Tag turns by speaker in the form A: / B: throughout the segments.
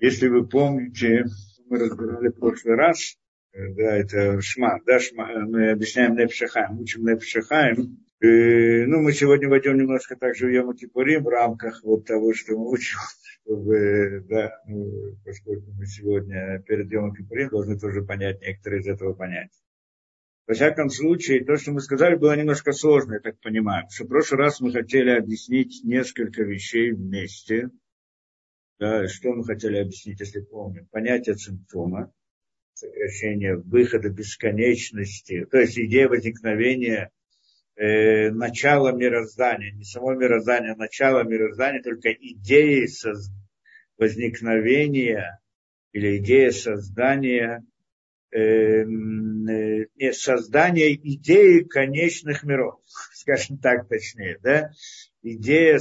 A: Если вы помните, мы разбирали в прошлый раз, да, это Шма, да, Шма, мы объясняем Нефешахаим, учим Нефешахаим. Мы сегодня войдем немножко также в Йом-Кипурим в рамках вот того, что мы учим, чтобы, да, поскольку мы сегодня перед Йом-Кипурим должны тоже понять некоторые из этого понятия. Во всяком случае, то, что мы сказали, было немножко сложно, я так понимаю. Что в прошлый раз мы хотели объяснить несколько вещей вместе. Да, что мы хотели объяснить, если помним? Понятие цимцума, сокращение выхода бесконечности, то есть идея возникновения начала мироздания, не само мироздание, а начало мироздания, только идеи возникновения или идея создания, создания идеи конечных миров, скажем так точнее, да? Идея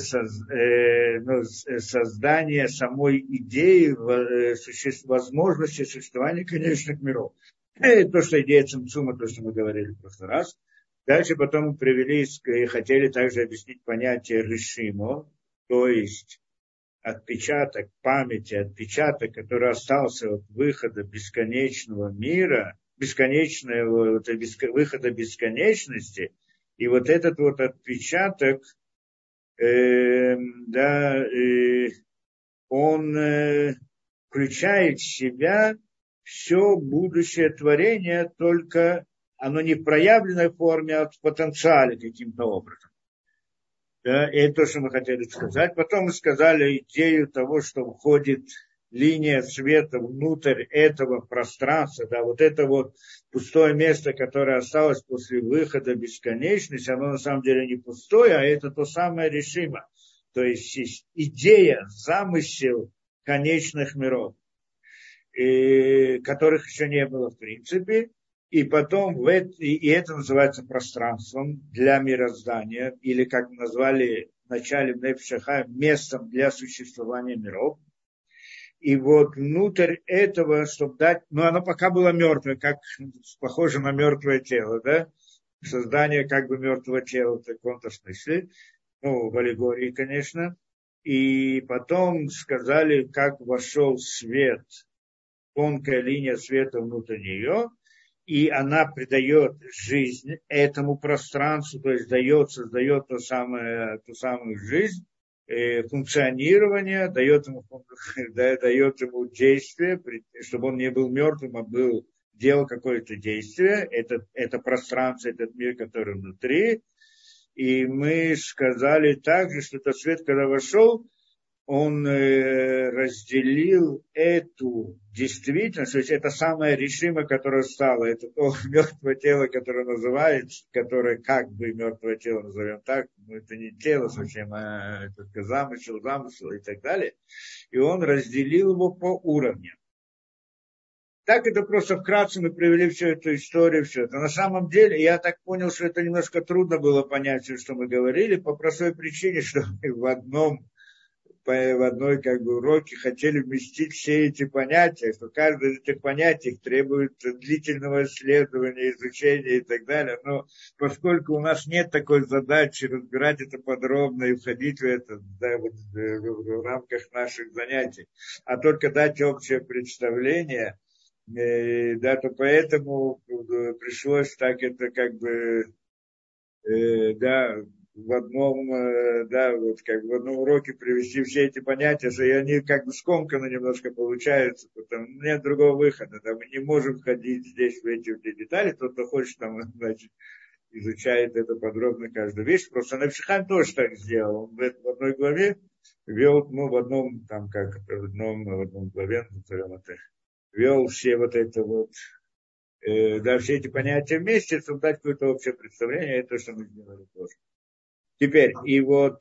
A: создания самой идеи возможности существования конечных миров. Это то, что идея цимцума, то, что мы говорили в прошлый раз. Дальше потом мы привели и хотели также объяснить понятие решимо, то есть отпечаток памяти, отпечаток, который остался от выхода бесконечного мира, выхода бесконечности, и вот этот вот отпечаток, он включает в себя все будущее творение, только оно не в проявленной форме, а в потенциале каким-то образом. Да, и это то, что мы хотели сказать. Потом мы сказали идею того, что входит линия света внутрь этого пространства, да, вот это вот пустое место, которое осталось после выхода бесконечности, оно на самом деле не пустое, а это то самое решимо. То есть идея, замысел конечных миров, которых еще не было в принципе. И потом, и это называется пространством для мироздания, или, как мы назвали в начале Нефешахаим, местом для существования миров. И вот внутрь этого, чтобы дать, оно пока было мертвое, как похоже на мертвое тело, да, создание как бы мертвого тела в таком-то смысле, в аллегории, конечно. И потом сказали, как вошел свет, тонкая линия света внутрь нее, и она придает жизнь этому пространству, то есть создает ту самую жизнь, функционирование, дает ему действие, чтобы он не был мертвым, а делал какое-то действие. Это пространство, этот мир, который внутри. И мы сказали также, что этот свет, когда вошел, он разделил эту действительность, то есть это самое решимое, которое стало, это то мертвое тело, которое называется, которое как бы мертвое тело, назовем так, но это не тело совсем, а это замысел и так далее, и он разделил его по уровням. Так это просто вкратце мы привели всю эту историю, все это. На самом деле, я так понял, что это немножко трудно было понять все, что мы говорили, по простой причине, что мы в одной уроке хотели вместить все эти понятия, что каждое из этих понятий требует длительного исследования, изучения и так далее. Но поскольку у нас нет такой задачи разбирать это подробно и входить в это в рамках наших занятий, а только дать общее представление, то поэтому пришлось так это в одном уроке привести все эти понятия, и они скомканно немножко получаются, потому что нет другого выхода, мы не можем входить здесь в эти детали, тот, кто хочет, изучает это подробно, каждую вещь, просто Нефешахаим тоже так сделал, он в одной главе вел, в одном главе, назовем это, вел все все эти понятия вместе, чтобы дать какое-то общее представление, это то, что мы сделали тоже. Теперь, и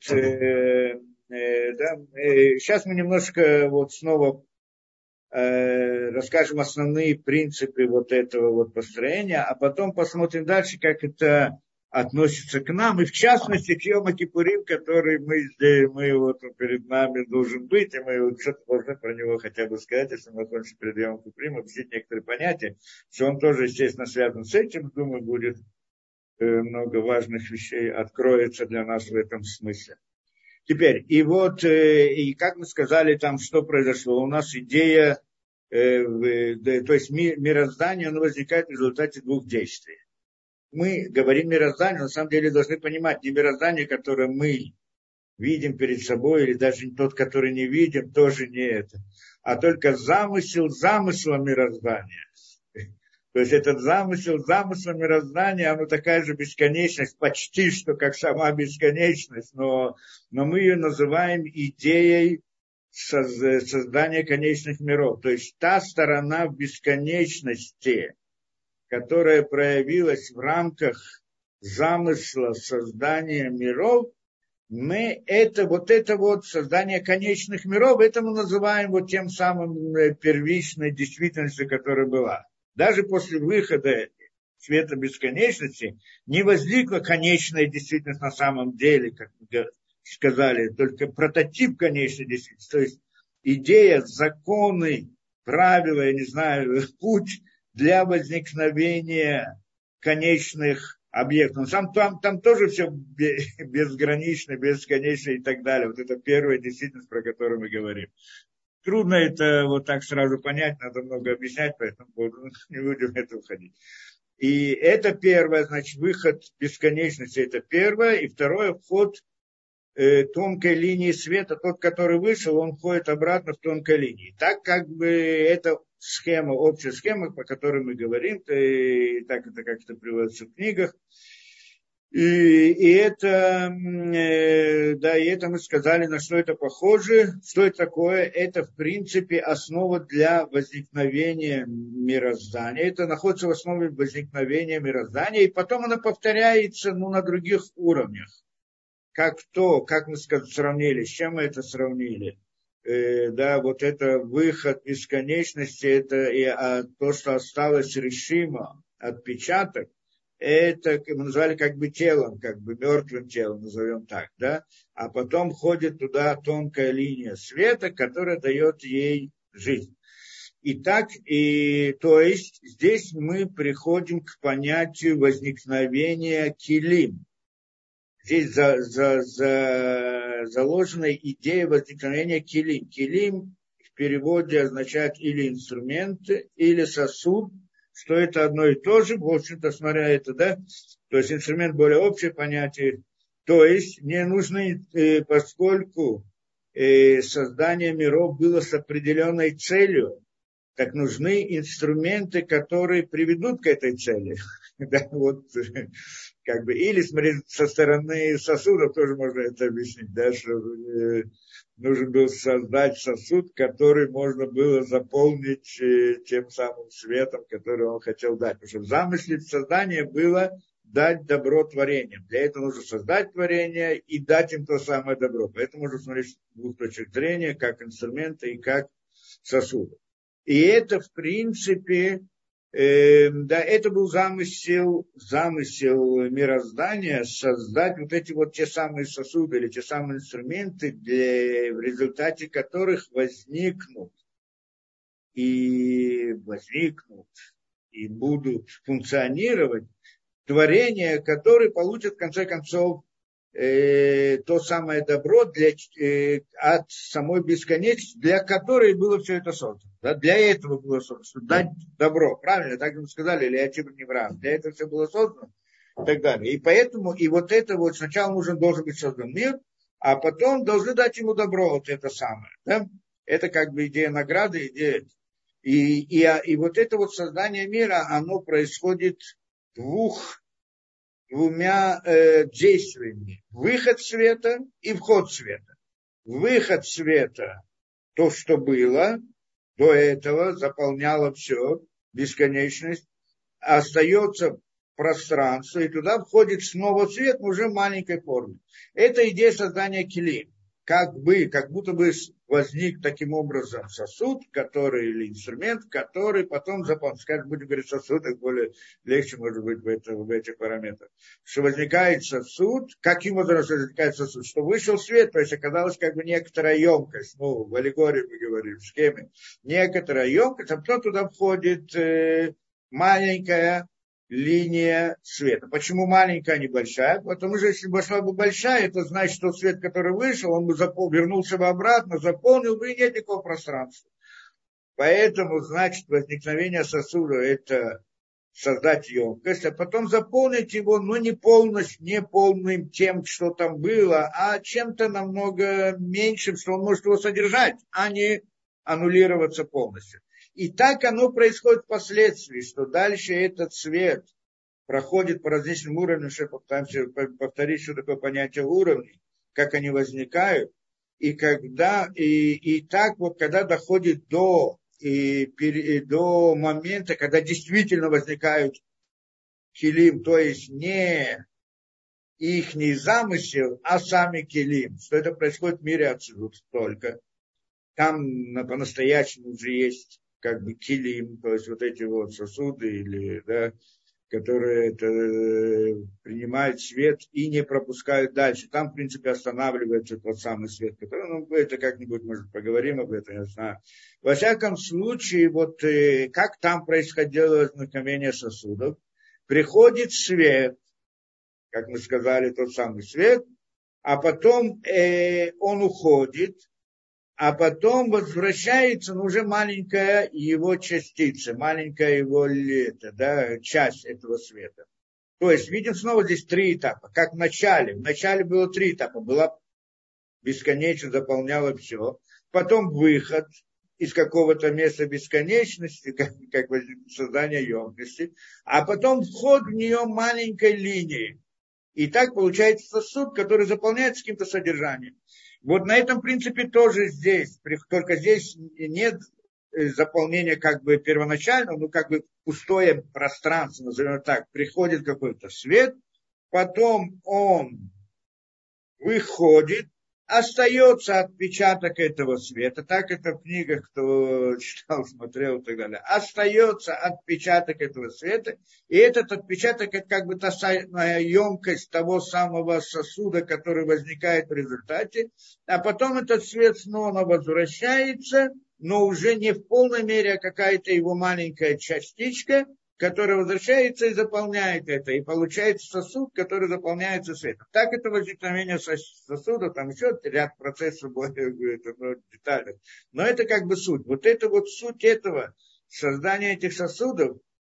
A: сейчас мы немножко снова расскажем основные принципы этого построения, а потом посмотрим дальше, как это относится к нам, и в частности к Йом-Кипурим, который перед нами должен быть, и мы что-то должны про него хотя бы сказать, если мы закончим перед Йом-Кипурим, объяснить некоторые понятия, что он тоже, естественно, связан с этим, думаю, будет много важных вещей откроется для нас в этом смысле. Теперь, и вот, и как мы сказали, там, что произошло, у нас идея, то есть мироздание, оно возникает в результате двух действий. Мы говорим мироздание, на самом деле должны понимать, не мироздание, которое мы видим перед собой, или даже тот, который не видим, тоже не это, а только замысла мироздания. То есть этот замысел мироздания, оно такая же бесконечность, почти что как сама бесконечность, но мы ее называем идеей создания конечных миров. То есть та сторона бесконечности, которая проявилась в рамках замысла создания миров, это вот создание конечных миров, это мы называем вот тем самым первичной действительностью, которая была. Даже после выхода света бесконечности не возникла конечная действительность на самом деле, как мы сказали, только прототип конечной действительности. То есть идея, законы, правила, я не знаю, путь для возникновения конечных объектов. Там тоже все безгранично, бесконечно и так далее. Вот это первая действительность, про которую мы говорим. Трудно это вот так сразу понять, надо много объяснять, поэтому не будем в это уходить. И это первое, значит, выход бесконечности, это первое. И второе, вход тонкой линии света, тот, который вышел, он входит обратно в тонкой линии. Так как бы это схема, общая схема, по которой мы говорим, и так это как-то приводится в книгах. И это мы сказали, на что это похоже, что это такое. Это, в принципе, основа для возникновения мироздания. Это находится в основе возникновения мироздания, и потом оно повторяется на других уровнях. Как мы сравнили, с чем мы это сравнили. Вот это выход бесконечности, это то, что осталось решимо, отпечаток, это мы назвали как бы телом, как бы мертвым телом, назовем так, да, а потом ходит туда тонкая линия света, которая дает ей жизнь. Итак, то есть здесь мы приходим к понятию возникновения килим. Здесь заложена идея возникновения килим. Килим в переводе означает или инструмент, или сосуд, что это одно и то же, в общем-то, смотря это, да, то есть инструмент более общее понятие, то есть мне нужно, поскольку создание миров было с определенной целью, так нужны инструменты, которые приведут к этой цели. Да, вот, как бы, или смотреть со стороны сосудов, тоже можно это объяснить, да, что нужен был создать сосуд, который можно было заполнить тем самым светом, который он хотел дать. Потому что в замысле создания было дать добро творениям. Для этого нужно создать творение и дать им то самое добро. Поэтому нужно смотреть с двух точек зрения, как инструменты и как сосуды. И это, в принципе, это был замысел мироздания, создать вот эти вот те самые сосуды или те самые инструменты, в результате которых возникнут и будут функционировать творения, которые получат, в конце концов, то самое добро от самой бесконечности, для которой было все это создано. Да? Для этого было создано, чтобы дать добро. Правильно, так мы сказали, или Ачибр не враг. Для этого все было создано и так далее. И поэтому, и вот это вот сначала должен быть создан мир, а потом должны дать ему добро, вот это самое. Да? Это как бы идея награды, идея. И вот это вот создание мира, оно происходит двумя действиями. Выход света и вход света. Выход света, то, что было до этого, заполняло все, бесконечность, остается пространство, и туда входит снова свет, но уже в маленькой форме. Это идея создания килим. Как будто бы возник таким образом сосуд, или инструмент, который потом заполняется. Скажем, будем говорить сосуд, так более легче, может быть, в этих параметрах. Что возникает сосуд, каким образом возникает сосуд? Что вышел свет, то есть оказалась как бы некоторая емкость, в аллегории мы говорим, в схеме, некоторая емкость, а потом туда входит маленькая линия света. Почему маленькая, а не большая? Потому что если бы была бы большая, это значит, что свет, который вышел, он бы вернулся бы обратно, заполнил бы, и нет никакого пространства. Поэтому, значит, возникновение сосуда – это создать емкость, а потом заполнить его, но не полностью, не полным тем, что там было, а чем-то намного меньшим, что он может его содержать, а не аннулироваться полностью. И так оно происходит впоследствии, что дальше этот свет проходит по различным уровням, что попытаемся повторить, что такое понятие уровней, как они возникают, и так вот, когда доходит до момента, когда действительно возникают килим, то есть не ихний замысел, а сами килим, что это происходит в мире Ацилут только. Там по-настоящему уже есть как бы килим, то есть вот эти вот сосуды, или, да, которые принимают свет и не пропускают дальше. Там, в принципе, останавливается тот самый свет, который, это как-нибудь, может, поговорим об этом, я знаю. Во всяком случае, вот как там происходило возникновение сосудов, приходит свет, как мы сказали, тот самый свет, а потом он уходит, а потом возвращается, но уже маленькая его частица, маленькая его часть этого света. То есть видим снова здесь 3 этапа, как в начале. В начале было 3 этапа, была бесконечно, заполняла все. Потом выход из какого-то места бесконечности, как создание емкости, а потом вход в нее маленькой линией. И так получается сосуд, который заполняется каким-то содержанием. Вот на этом принципе тоже здесь, только здесь нет заполнения как бы первоначального, ну как бы пустое пространство, назовем так, приходит какой-то свет, потом он выходит, остается отпечаток этого света, так это в книгах, кто читал, смотрел и так далее, остается отпечаток этого света, и этот отпечаток, это как бы та самая емкость того самого сосуда, который возникает в результате, а потом этот свет снова возвращается, но уже не в полной мере, а какая-то его маленькая частичка, которая возвращается и заполняет это, и получается сосуд, который заполняется светом. Так это возникновение сосуда, там еще ряд процессов более деталей. Но это как бы суть. Вот это вот суть этого создания этих сосудов,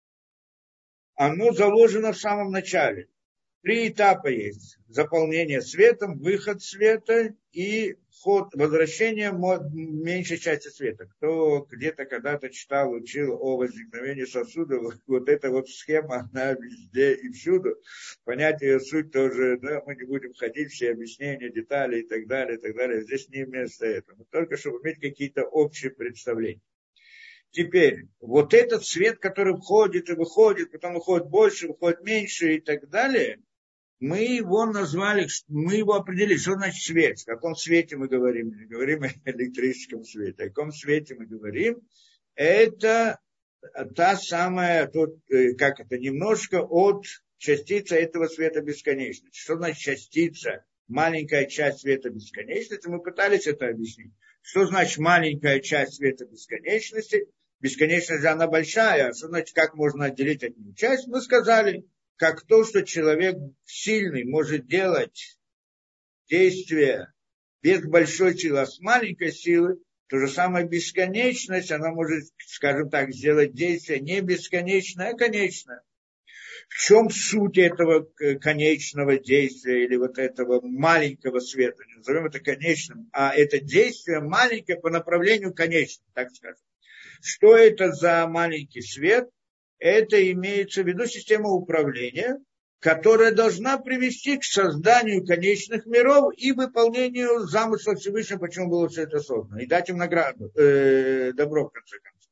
A: оно заложено в самом начале. 3 этапа есть. Заполнение светом, выход света и возвращение меньшей части света. Кто где-то когда-то читал, учил о возникновении сосудов, вот эта вот схема, она везде и всюду. Понять ее суть тоже, да, мы не будем ходить, все объяснения, детали и так далее, и так далее. Здесь не место этого. Только чтобы иметь какие-то общие представления. Теперь, вот этот свет, который входит и выходит, потом выходит больше, выходит меньше и так далее, мы его назвали, мы его определили, что значит свет, в каком свете мы говорим, не говорим о электрическом свете, о каком свете мы говорим, это та самая, как это, немножко от частицы этого света бесконечности. Что значит частица, маленькая часть света бесконечности, мы пытались это объяснить. Что значит маленькая часть света бесконечности? Бесконечность, она большая, а что значит, как можно отделить от нее часть? Мы сказали, как то, что человек сильный может делать действия без большой силы, а с маленькой силы, то же самое бесконечность, она может, скажем так, сделать действие не бесконечное, а конечное. В чем суть этого конечного действия или вот этого маленького света? Не назовем это конечным, а это действие маленькое по направлению к конечному, так скажем. Что это за маленький свет? Это имеется в виду система управления, которая должна привести к созданию конечных миров и выполнению замысла Всевышнего, почему было все это создано, и дать им награду, добро, в конце концов.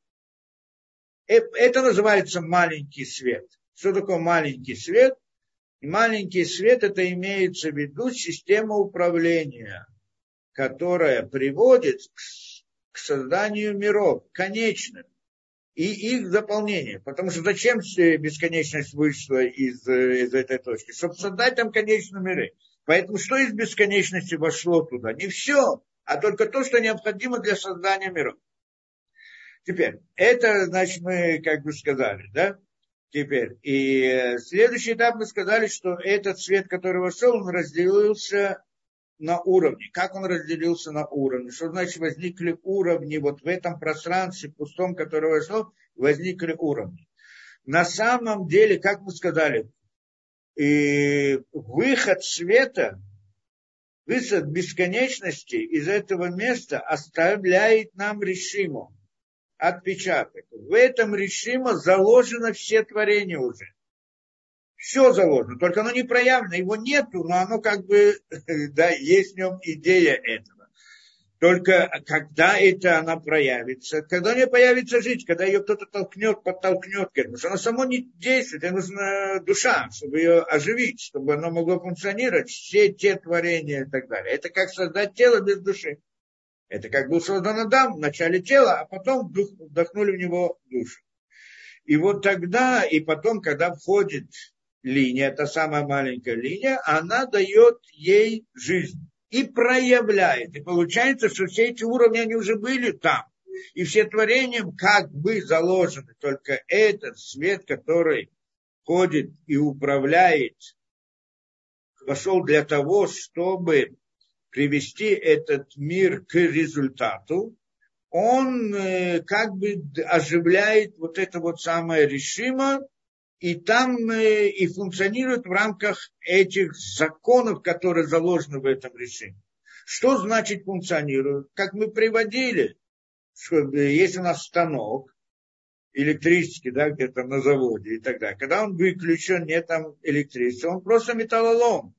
A: Это называется маленький свет. Что такое маленький свет? Маленький свет, это имеется в виду система управления, которая приводит к созданию миров, конечных, и их заполнение. Потому что зачем бесконечность вышла из этой точки? Чтобы создать там конечные миры. Поэтому что из бесконечности вошло туда? Не все, а только то, что необходимо для создания миров. Теперь, это, значит, мы как бы сказали, да? Теперь. И следующий этап мы сказали, что этот свет, который вошел, он разделился на уровне. Как он разделился на уровне? Что значит возникли уровни вот в этом пространстве пустом, которое вошло, возникли уровни. На самом деле, как мы сказали, выход света, выход бесконечности из этого места оставляет нам решиму, отпечаток. В этом решимо заложено все творения уже. Все заложено, только оно не проявлено, его нету, но оно как бы, да, есть в нем идея этого. Только когда это она проявится, когда у нее появится жизнь, когда ее кто-то толкнет, подтолкнет, потому что она само не действует, ей нужна душа, чтобы ее оживить, чтобы оно могло функционировать, все те творения и так далее. Это как создать тело без души. Это как был создан Адам в начале тела, а потом вдохнули в него душу. И вот тогда, и потом, когда входит линия, та самая маленькая линия, она дает ей жизнь и проявляет. И получается, что все эти уровни, они уже были там. И все творения как бы заложены. Только этот свет, который ходит и управляет, вошел для того, чтобы привести этот мир к результату, он как бы оживляет вот это вот самое решимо, и там и функционирует в рамках этих законов, которые заложены в этом решении. Что значит функционирует? Как мы приводили, что есть у нас станок электрический, да, где-то на заводе и так далее. Когда он выключен, нет там электричества, он просто металлолом.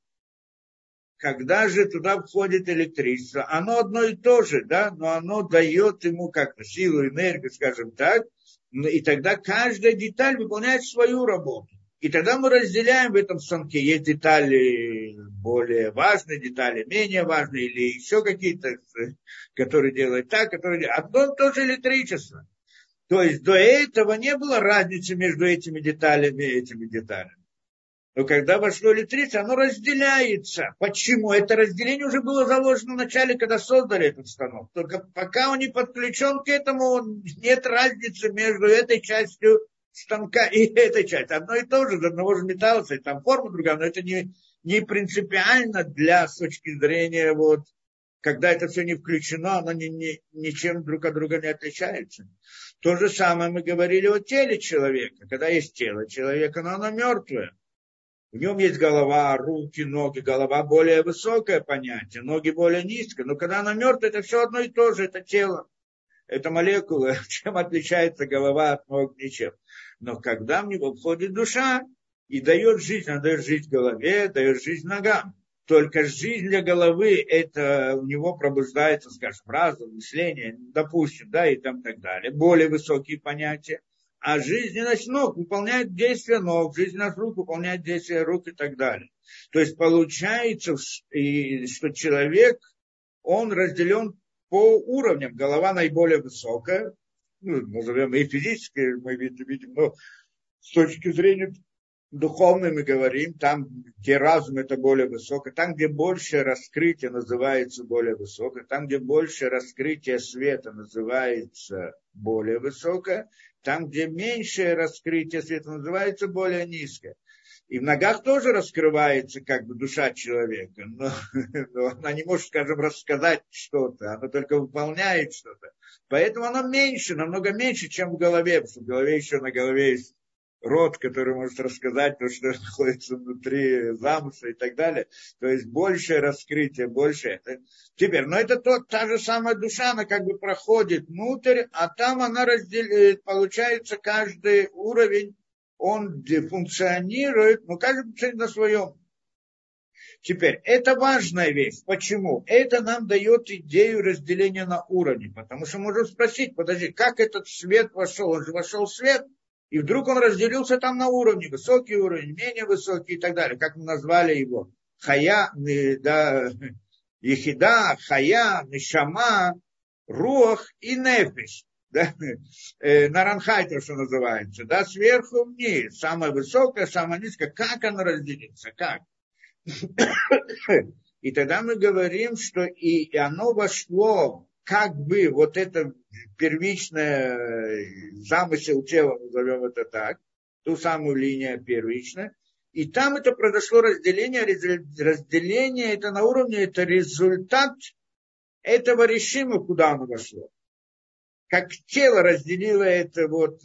A: Когда же туда входит электричество, оно одно и то же, да, но оно дает ему как-то силу, энергию, скажем так, и тогда каждая деталь выполняет свою работу. И тогда мы разделяем в этом станке, есть детали более важные, детали менее важные, или еще какие-то, которые делают так, которые делают. Одно и то же электричество. То есть до этого не было разницы между этими деталями и этими деталями. Но когда вошло электричество, оно разделяется. Почему? Это разделение уже было заложено в начале, когда создали этот станок. Только пока он не подключен к этому, нет разницы между этой частью станка и этой частью. Одно и то же, из одного же металла, там форма другая, но это не принципиально с точки зрения, вот, когда это все не включено, оно ничем друг от друга не отличается. То же самое мы говорили о теле человека. Когда есть тело человека, но оно мертвое. В нем есть голова, руки, ноги. Голова более высокое понятие, ноги более низкое. Но когда она мертвая, это все одно и то же, это тело. Это молекулы. Чем отличается голова от ног? Ничем. Но когда в него входит душа и дает жизнь, она дает жизнь голове, дает жизнь ногам. Только жизнь для головы, это у него пробуждается, скажем, разум, мышление, допустим, да, и там так далее. Более высокие понятия. А жизненность ног выполняет действия ног, жизненность рук выполняет действия рук и так далее. То есть получается, что человек, он разделен по уровням. Голова наиболее высокая, ну, назовем и физически, мы видим, но с точки зрения духовной мы говорим, там, где разум это более высокое, там, где больше раскрытие называется более высокое, там, где больше раскрытие света называется более высокое, там, где меньшее раскрытие света называется более низкое. И в ногах тоже раскрывается как бы душа человека, но она не может, скажем, рассказать что-то, она только выполняет что-то. Поэтому она меньше, намного меньше, чем в голове, потому что в голове еще на голове есть рот, который может рассказать то, что находится внутри замысла и так далее. То есть большее раскрытие, больше. Теперь, но это та же самая душа, она как бы проходит внутрь, а там она разделяет, получается, каждый уровень, он функционирует, но каждый функционирует на своем. Теперь, это важная вещь. Почему? Это нам дает идею разделения на уровни. Потому что можно спросить, подожди, как этот свет вошел? Он же вошел в свет, и вдруг он разделился там на уровни, высокий уровень, менее высокий и так далее. Как мы назвали его? Хая, да, Ехида, Хая, Нишама, Руах и Нефиш. Да? Наранхай, то, что называется. Да? Сверху вниз. Самое высокое, самое низкое. Как оно разделится? Как? И тогда мы говорим, что и оно вошло, как бы вот это первичное замысел тела, назовем это так, ту самую линию первичную. И там это произошло разделение. Разделение это на уровне, это результат этого решима, куда оно вошло. Как тело разделило это вот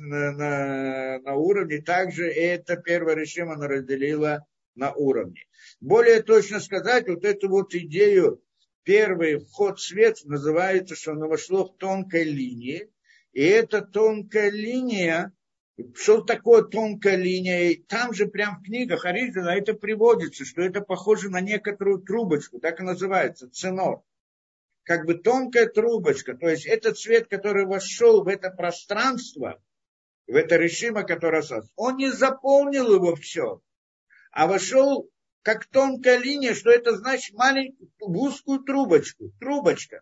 A: на уровне, также это первое решение оно разделило на уровне. Более точно сказать, вот эту вот идею, первый вход в свет называется, что оно вошло в тонкой линии. И эта тонкая линия, что такое тонкая линия, и там же прям в книгах Аризала это приводится, что это похоже на некоторую трубочку, так и называется, ценор. Как бы тонкая трубочка, то есть этот свет, который вошел в это пространство, в это решимо, которое создал, он не заполнил его все, а вошел как тонкая линия, что это значит маленькую, узкую трубочку, трубочка.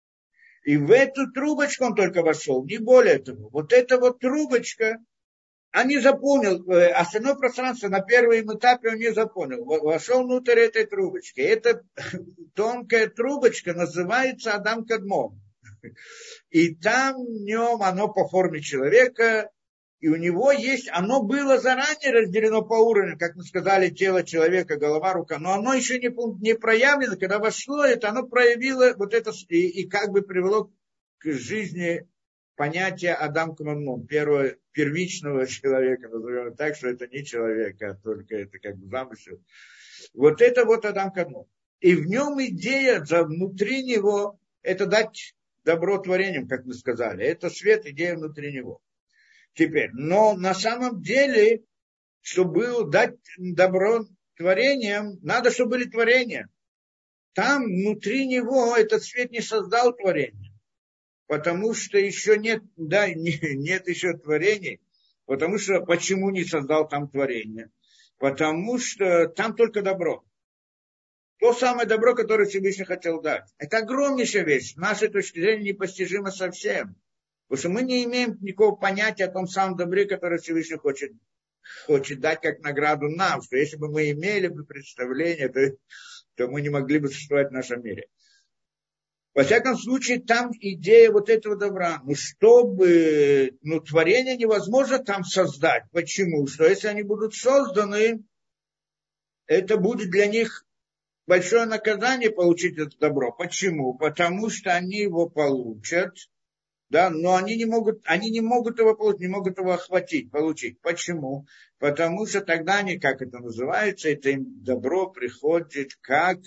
A: И в эту трубочку он только вошел, не более того. Вот эта вот трубочка, он не заполнил, остальное пространство на первом этапе он не заполнил. Вошел внутрь этой трубочки. Эта тонкая трубочка называется Адам Кадмон. И там в нем оно по форме человека, и у него есть, оно было заранее разделено по уровню, как мы сказали, тело человека, голова, рука, но оно еще не проявлено, когда вошло это, оно проявило вот это, и как бы привело к жизни понятие Адам Кадмон, первичного человека, назовем так, что это не человек, а только это как бы замысел. Вот это вот Адам Кадмон. И в нем идея, внутри него, это дать добро творениям, как мы сказали. Это свет, идея внутри него. Теперь, но на самом деле, чтобы дать добро творениям, надо, чтобы были творения. Там, внутри него, этот свет не создал творения. Потому что еще нет, да, нет еще творений. Потому что, почему не создал там творение? Потому что там только добро. То самое добро, которое Всевышний хотел дать. Это огромнейшая вещь. С нашей точки зрения непостижимо совсем. Потому что мы не имеем никакого понятия о том самом добре, которое Всевышний хочет дать как награду нам. Что если бы мы имели бы представление, то мы не могли бы существовать в нашем мире. Во всяком случае, там идея вот этого добра. Творение невозможно там создать. Почему? Что если они будут созданы, это будет для них большое наказание получить это добро. Почему? Потому что они его получат, да, но они не могут его получить, не могут его охватить, получить. Почему? Потому что тогда они, как это называется, это им добро приходит как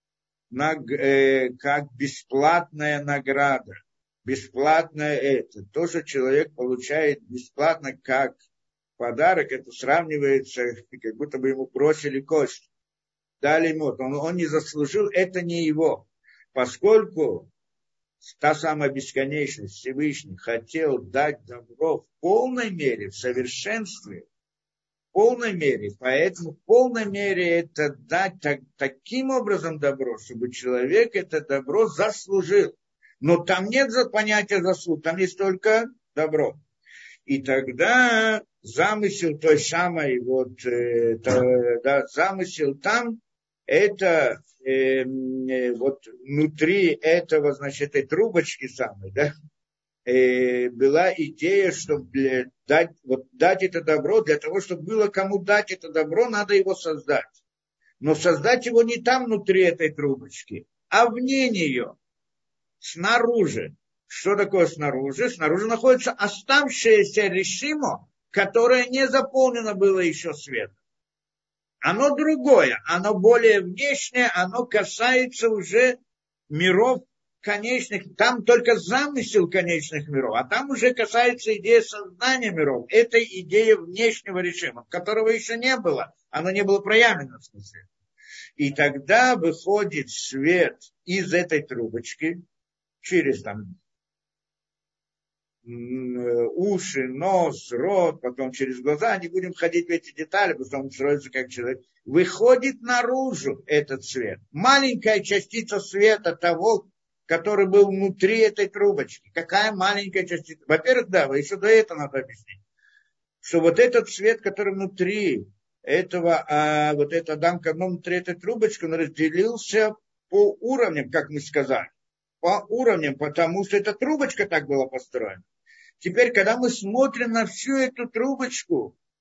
A: бесплатная награда. Бесплатное это. То, что человек получает бесплатно как подарок, это сравнивается, как будто бы ему бросили кость. Дали ему. Он не заслужил, это не его. Поскольку та самая бесконечность Всевышний хотел дать добро в полной мере, в совершенстве, в полной мере. Поэтому в полной мере это дать таким образом добро, чтобы человек это добро заслужил. Но там нет понятия заслуг, там есть только добро. И тогда замысел той самой, замысел там, это вот внутри этого, значит, этой трубочки самой, да, была идея, чтобы дать это добро, для того, чтобы было кому дать это добро, надо его создать. Но создать его не там внутри этой трубочки, а вне нее, снаружи. Что такое снаружи? Снаружи находится оставшееся решимо, которое не заполнено было еще светом. Оно другое, оно более внешнее, оно касается уже миров конечных, там только замысел конечных миров, а там уже касается идеи создания миров. Это идея внешнего режима, которого еще не было, оно не было проявлено в смысле. И тогда выходит свет из этой трубочки, через там уши, нос, рот, потом через глаза, не будем ходить в эти детали, потому что он строится как человек, выходит наружу этот свет. Маленькая частица света того, который был внутри этой трубочки. Какая маленькая частица? Во-первых, да, еще до этого надо объяснить, что вот этот свет, который внутри этого, вот этот Адам Кадмон внутри этой трубочки, он разделился по уровням, как мы сказали. По уровням, потому что эта трубочка так была построена. Теперь, когда мы смотрим на всю эту трубочку,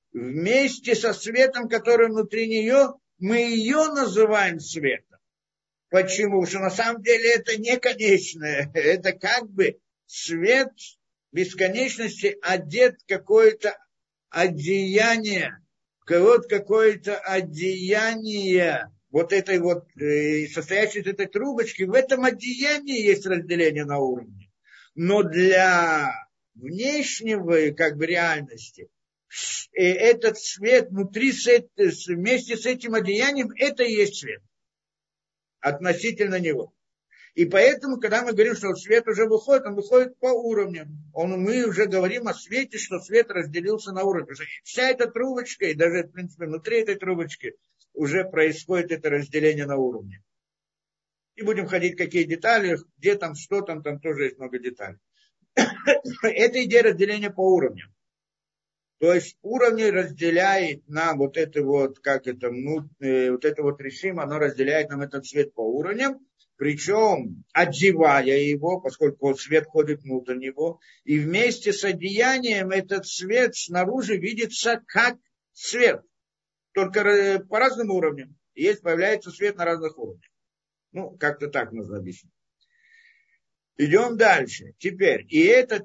A: вместе со светом, который внутри нее, мы ее называем светом. Почему? Потому что на самом деле это не конечное, это как бы свет бесконечности одет в какое-то одеяние, вот какое-то одеяние вот этой вот, состоящей из этой трубочки, в этом одеянии есть разделение на уровне. Но для внешнего, как бы, реальности, этот свет внутри, вместе с этим одеянием, это и есть свет относительно него. И поэтому, когда мы говорим, что свет уже выходит, он выходит по уровням. Мы уже говорим о свете, что свет разделился на уровни. Вся эта трубочка, и даже, в принципе, внутри этой трубочки уже происходит это разделение на уровне. И будем ходить, какие детали, где там, что там тоже есть много деталей. Это идея разделения по уровням. То есть уровни разделяет нам вот это вот, как это, вот это вот решим, оно разделяет нам этот свет по уровням, причем одевая его, поскольку свет входит внутрь него, и вместе с одеянием этот свет снаружи видится как свет, только по разным уровням. Появляется свет на разных уровнях. Как-то так нужно объяснить. Идем дальше. Теперь этот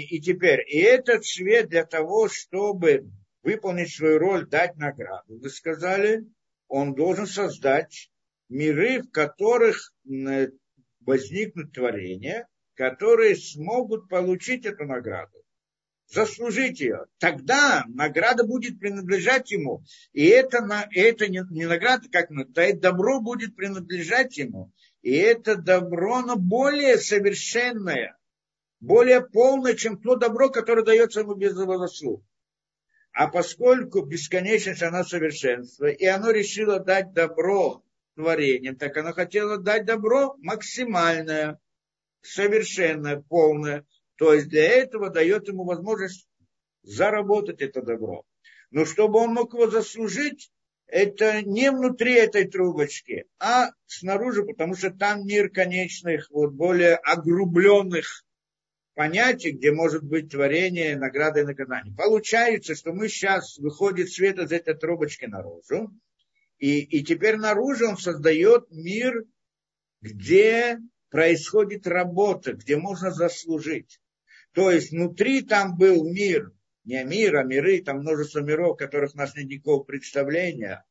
A: свет для того, чтобы выполнить свою роль, дать награду, вы сказали, он должен создать миры, в которых возникнут творения, которые смогут получить эту награду, заслужить ее. Тогда награда будет принадлежать ему. И это не награда, это добро будет принадлежать ему. И это добро, оно более совершенное, более полное, чем то добро, которое дается ему без его заслуг. А поскольку бесконечность, она совершенство, и оно решило дать добро творениям, так оно хотело дать добро максимальное, совершенное, полное. То есть для этого дает ему возможность заработать это добро. Но чтобы он мог его заслужить, это не внутри этой трубочки, а снаружи, потому что там мир конечных, более огрубленных понятий, где может быть творение, награда и наказание. Получается, что мы сейчас выходит свет из этой трубочки наружу, и теперь наружу он создает мир, где происходит работа, где можно заслужить. То есть внутри там был мир, не мир, а миры, там множество миров, в которых у нас нет никакого представления.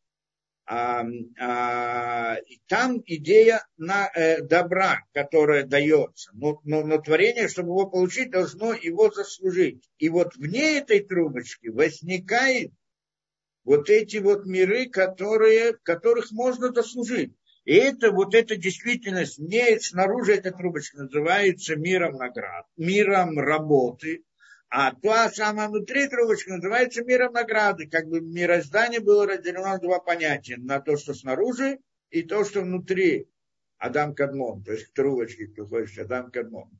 A: И там идея добра, которая дается. Но творение, чтобы его получить, должно его заслужить. И вот вне этой трубочки возникают вот эти вот миры, в которых можно заслужить. И эта действительность не снаружи этой трубочки называется миром наград, миром работы, а то самое внутри трубочки называется миром награды. Как бы мироздание было разделено на два понятия, на то, что снаружи, и то, что внутри. Адам Кадмон, то есть к трубочке приходишь, Адам Кадмон.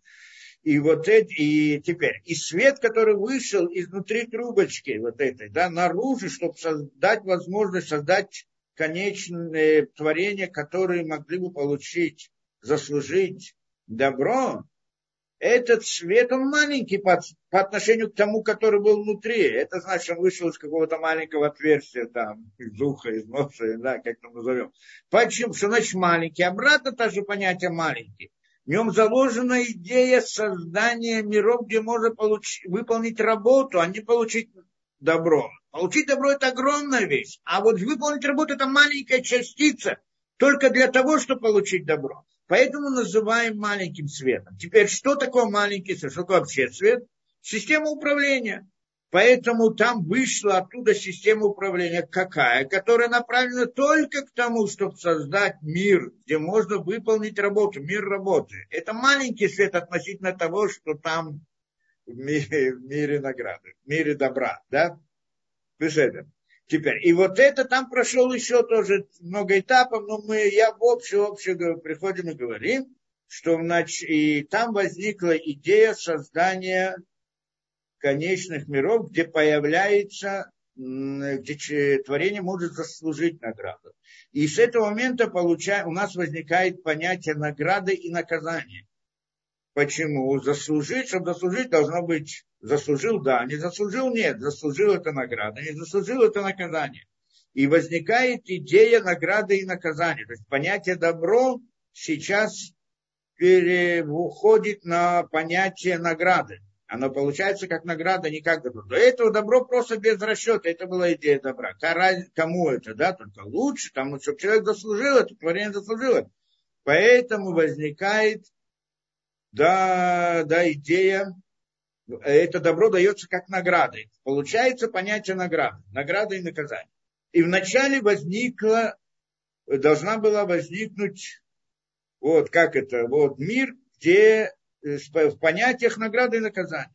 A: И теперь, и свет, который вышел изнутри трубочки вот этой, наружу, чтобы дать возможность создать конечные творения, которые могли бы получить, заслужить добро, этот свет, он маленький по отношению к тому, который был внутри. Это значит, он вышел из какого-то маленького отверстия, из уха, из носа, как там назовем. Почему? Что значит маленький? Обратно тоже понятие маленький. В нем заложена идея создания миров, где можно выполнить работу, а не получить добро. Получить добро – это огромная вещь. А вот выполнить работу – это маленькая частица, только для того, чтобы получить добро. Поэтому называем маленьким светом. Теперь, что такое маленький свет? Что такое вообще свет? Система управления. Поэтому там вышла оттуда система управления какая? Которая направлена только к тому, чтобы создать мир, где можно выполнить работу, мир работы. Это маленький свет относительно того, что там в мире награды, в мире добра. Да? Теперь, и вот это там прошел еще тоже много этапов, но я в общем приходим и говорим, что и там возникла идея создания конечных миров, где появляется, где творение может заслужить награду. И с этого момента у нас возникает понятие награды и наказания. Почему? Заслужить, чтобы заслужить, должно быть, заслужил, да, не заслужил, нет, заслужил это награда, не заслужил это наказание. И возникает идея награды и наказания. То есть понятие добро сейчас переходит на понятие награды. Оно получается как награда, не как добро. До этого добро просто без расчета. Это была идея добра. Кому это, да, только лучше, тому, чтобы человек заслужил это, творение заслужило. Поэтому возникает, да, идея, это добро дается как награда. Получается понятие награды. Награда и наказание. И вначале должна была возникнуть, вот как это, вот мир, где в понятиях награды и наказания.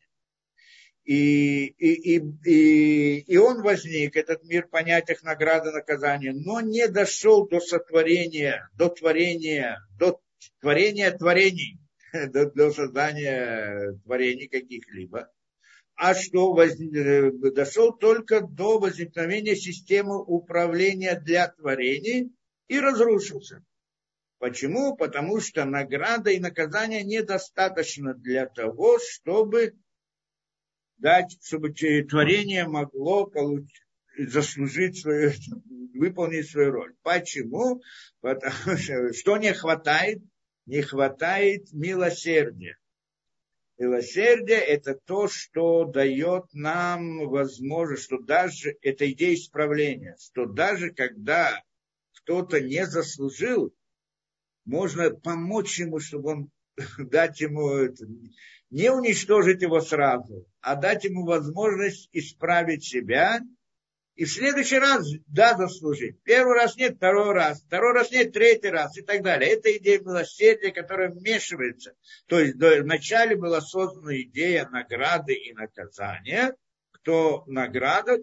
A: И он возник, этот мир в понятиях награды и наказания, но не дошел до сотворения, до творения творений, до создания творений каких-либо. А что дошел только до возникновения системы управления для творений и разрушился. Почему? Потому что награда и наказание недостаточно для того, чтобы творение могло заслужить выполнить свою роль. Почему? Потому что не хватает? Не хватает милосердия. Милосердие – это то, что дает нам возможность, что даже, это идея исправления, что даже когда кто-то не заслужил, можно помочь ему, чтобы он, дать ему это, не уничтожить его сразу, а дать ему возможность исправить себя и в следующий раз, да, заслужить. Первый раз нет, второй раз нет, третий раз и так далее. Это идея милосердия, которая вмешивается. То есть вначале была создана идея награды и наказания. Кто награда,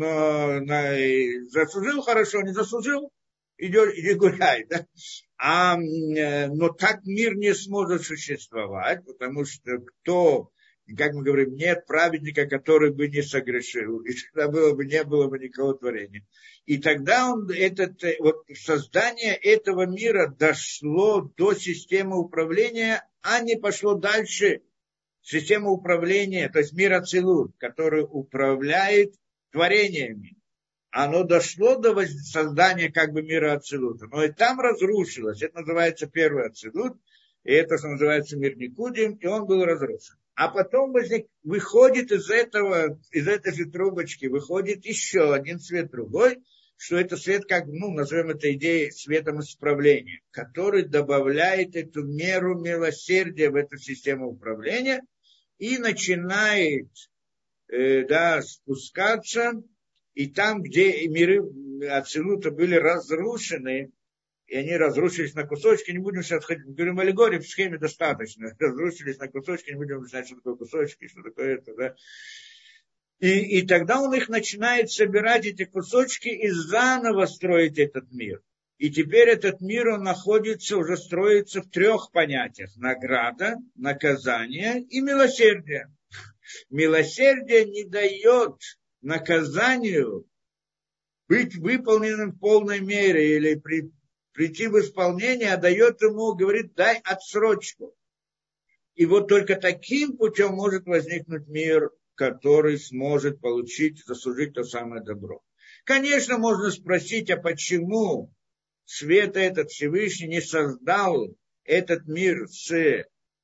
A: заслужил хорошо, не заслужил, иди гуляй. Да? Но так мир не сможет существовать, потому что как мы говорим, нет праведника, который бы не согрешил, и тогда не было бы никакого творения. И тогда создание этого мира дошло до системы управления, а не пошло дальше. Система управления, то есть мир Ацилут, который управляет творениями. Оно дошло до создания как бы мира Ацилута, но и там разрушилось. Это называется первый Ацилут, и это называется мир Никудим, и он был разрушен. А потом выходит из этой же трубочки, выходит еще один свет другой, что это свет, назовем это идеей светом исправления, который добавляет эту меру милосердия в эту систему управления и начинает спускаться, и там, где миры Ацилута были разрушены, и они разрушились на кусочки, не будем сейчас ходить, говорим аллегории, в схеме достаточно, разрушились на кусочки, не будем знать, что такое кусочки, что такое это, да. И тогда он их начинает собирать, эти кусочки, и заново строить этот мир. И теперь этот мир, он уже строится в 3 понятиях. Награда, наказание и милосердие. Милосердие не дает наказанию быть выполненным в полной мере или прийти в исполнение, а дает ему, говорит, дай отсрочку. И вот только таким путем может возникнуть мир, который сможет заслужить то самое добро. Конечно, можно спросить, а почему свет этот Всевышний не создал этот мир с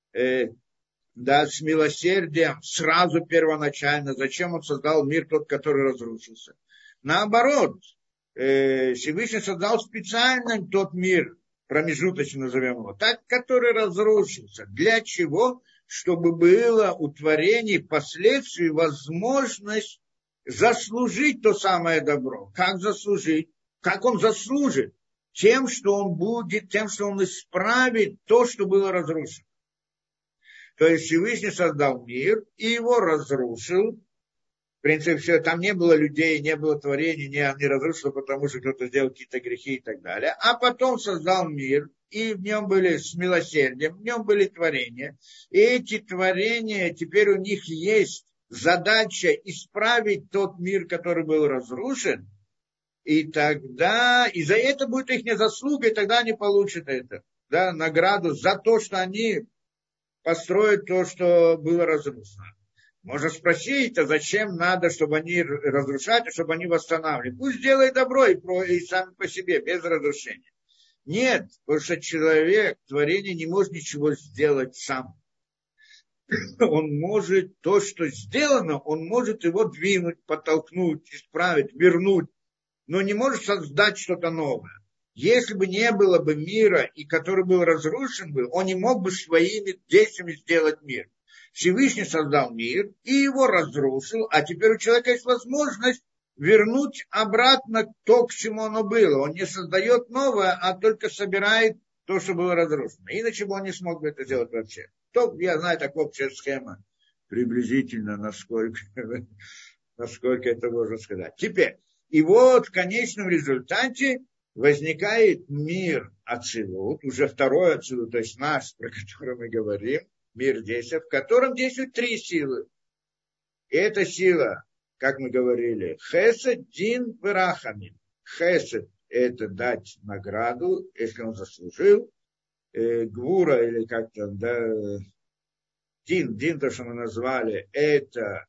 A: милосердием сразу первоначально? Зачем он создал мир тот, который разрушился? Наоборот, Всевышний создал специально тот мир, промежуточно назовем его, так, который разрушился. Для чего? Чтобы было у творений впоследствии возможность заслужить то самое добро. Как заслужить? Как он заслужит? Тем, что он исправит то, что было разрушено. То есть Всевышний создал мир и его разрушил. В принципе, все, там не было людей, не было творений, не разрушило, потому что кто-то сделал какие-то грехи и так далее. А потом создал мир, и в нем были с милосердием, в нем были творения. И эти творения, теперь у них есть задача исправить тот мир, который был разрушен. И тогда, и за это будет их заслуга, и тогда они получат это, да, награду за то, что они построить то, что было разрушено. Можно спросить, а зачем надо, чтобы они разрушать, а чтобы они восстанавливали? Пусть делает добро и сами по себе, без разрушения. Нет, потому что человек, творение не может ничего сделать сам. Он может, то, что сделано, он может его двинуть, подтолкнуть, исправить, вернуть, но не может создать что-то новое. Если бы не было бы мира, и который был разрушен бы, он не мог бы своими действиями сделать мир. Всевышний создал мир и его разрушил, а теперь у человека есть возможность вернуть обратно то, к чему оно было. Он не создает новое, а только собирает то, что было разрушено. Иначе бы он не смог бы это сделать вообще. То, я знаю, так общая схема, приблизительно, насколько это можно сказать. Теперь, и вот в конечном результате возникает мир Ацилут, уже второй Ацилут, то есть наш, про который мы говорим, мир действия, в котором действуют три силы. И эта сила, как мы говорили, Хесед, Дин, Верахамин. Хесед – это дать награду, если он заслужил. Гвура, или как-то, да, Дин, то, что мы назвали, это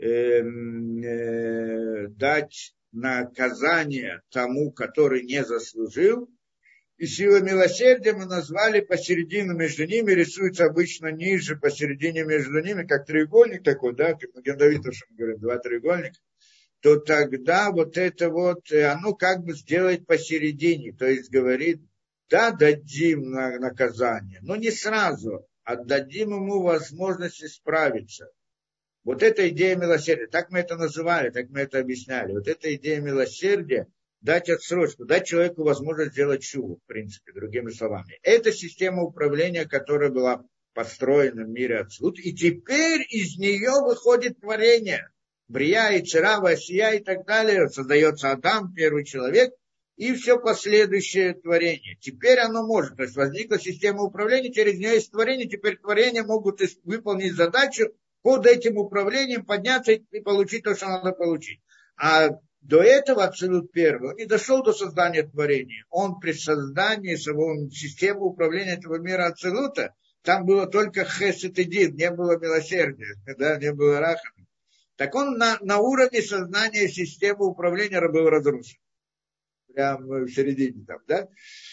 A: дать наказание тому, который не заслужил. И сила милосердия мы назвали посередине между ними, рисуется обычно ниже, посередине между ними, как треугольник такой, да, как Маген Давид, что мы говорим, два треугольника, то тогда вот это вот, оно как бы сделает посередине, то есть говорит, да, дадим наказание, но не сразу, отдадим ему возможность исправиться. Вот эта идея милосердия, так мы это называли, так мы это объясняли, вот эта идея милосердия, дать отсрочку, дать человеку возможность сделать чуву, в принципе, другими словами. Это система управления, которая была построена в мире Ацилут, и теперь из нее выходит творение. Брия, Ицера, Васия и так далее. Создается Адам, первый человек, и все последующее творение. Теперь оно может, то есть возникла система управления, через нее есть творение, теперь творения могут выполнить задачу под этим управлением, подняться и получить то, что надо получить. А до этого Ацилут первый, он не дошел до создания творения. Он при создании системы управления этого мира Ацилута, там было только Хесед и Дин, не было милосердия, да, не было Рахами. Так он на уровне сознания системы управления был разрушен. Прямо в середине там, да.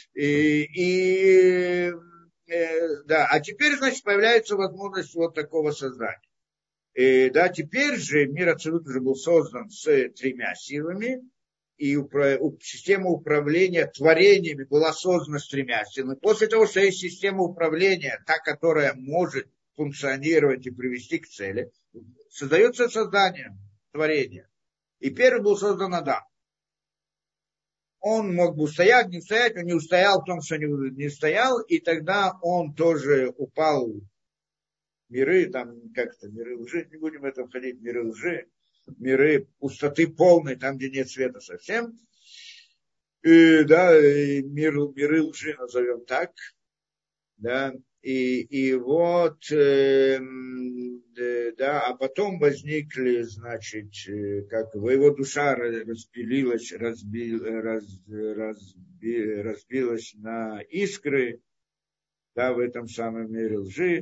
A: Да. А теперь, значит, появляется возможность вот такого создания. Да, теперь же мир Ацилут уже был создан с тремя силами, и система управления творениями была создана с тремя силами. После того, что есть система управления, та, которая может функционировать и привести к цели, создается создание творения. И первый был создан Адам. Он мог бы устоять, не устоять, он не устоял в том, что не устоял, и тогда он тоже упал. Миры, там как-то миры лжи, не будем в это входить, миры лжи, миры пустоты полной, там, где нет света совсем. Да, и миры лжи назовем так, да, и вот, да, а потом возникли, значит, как его душа разбилась на искры, да, в этом самом мире лжи.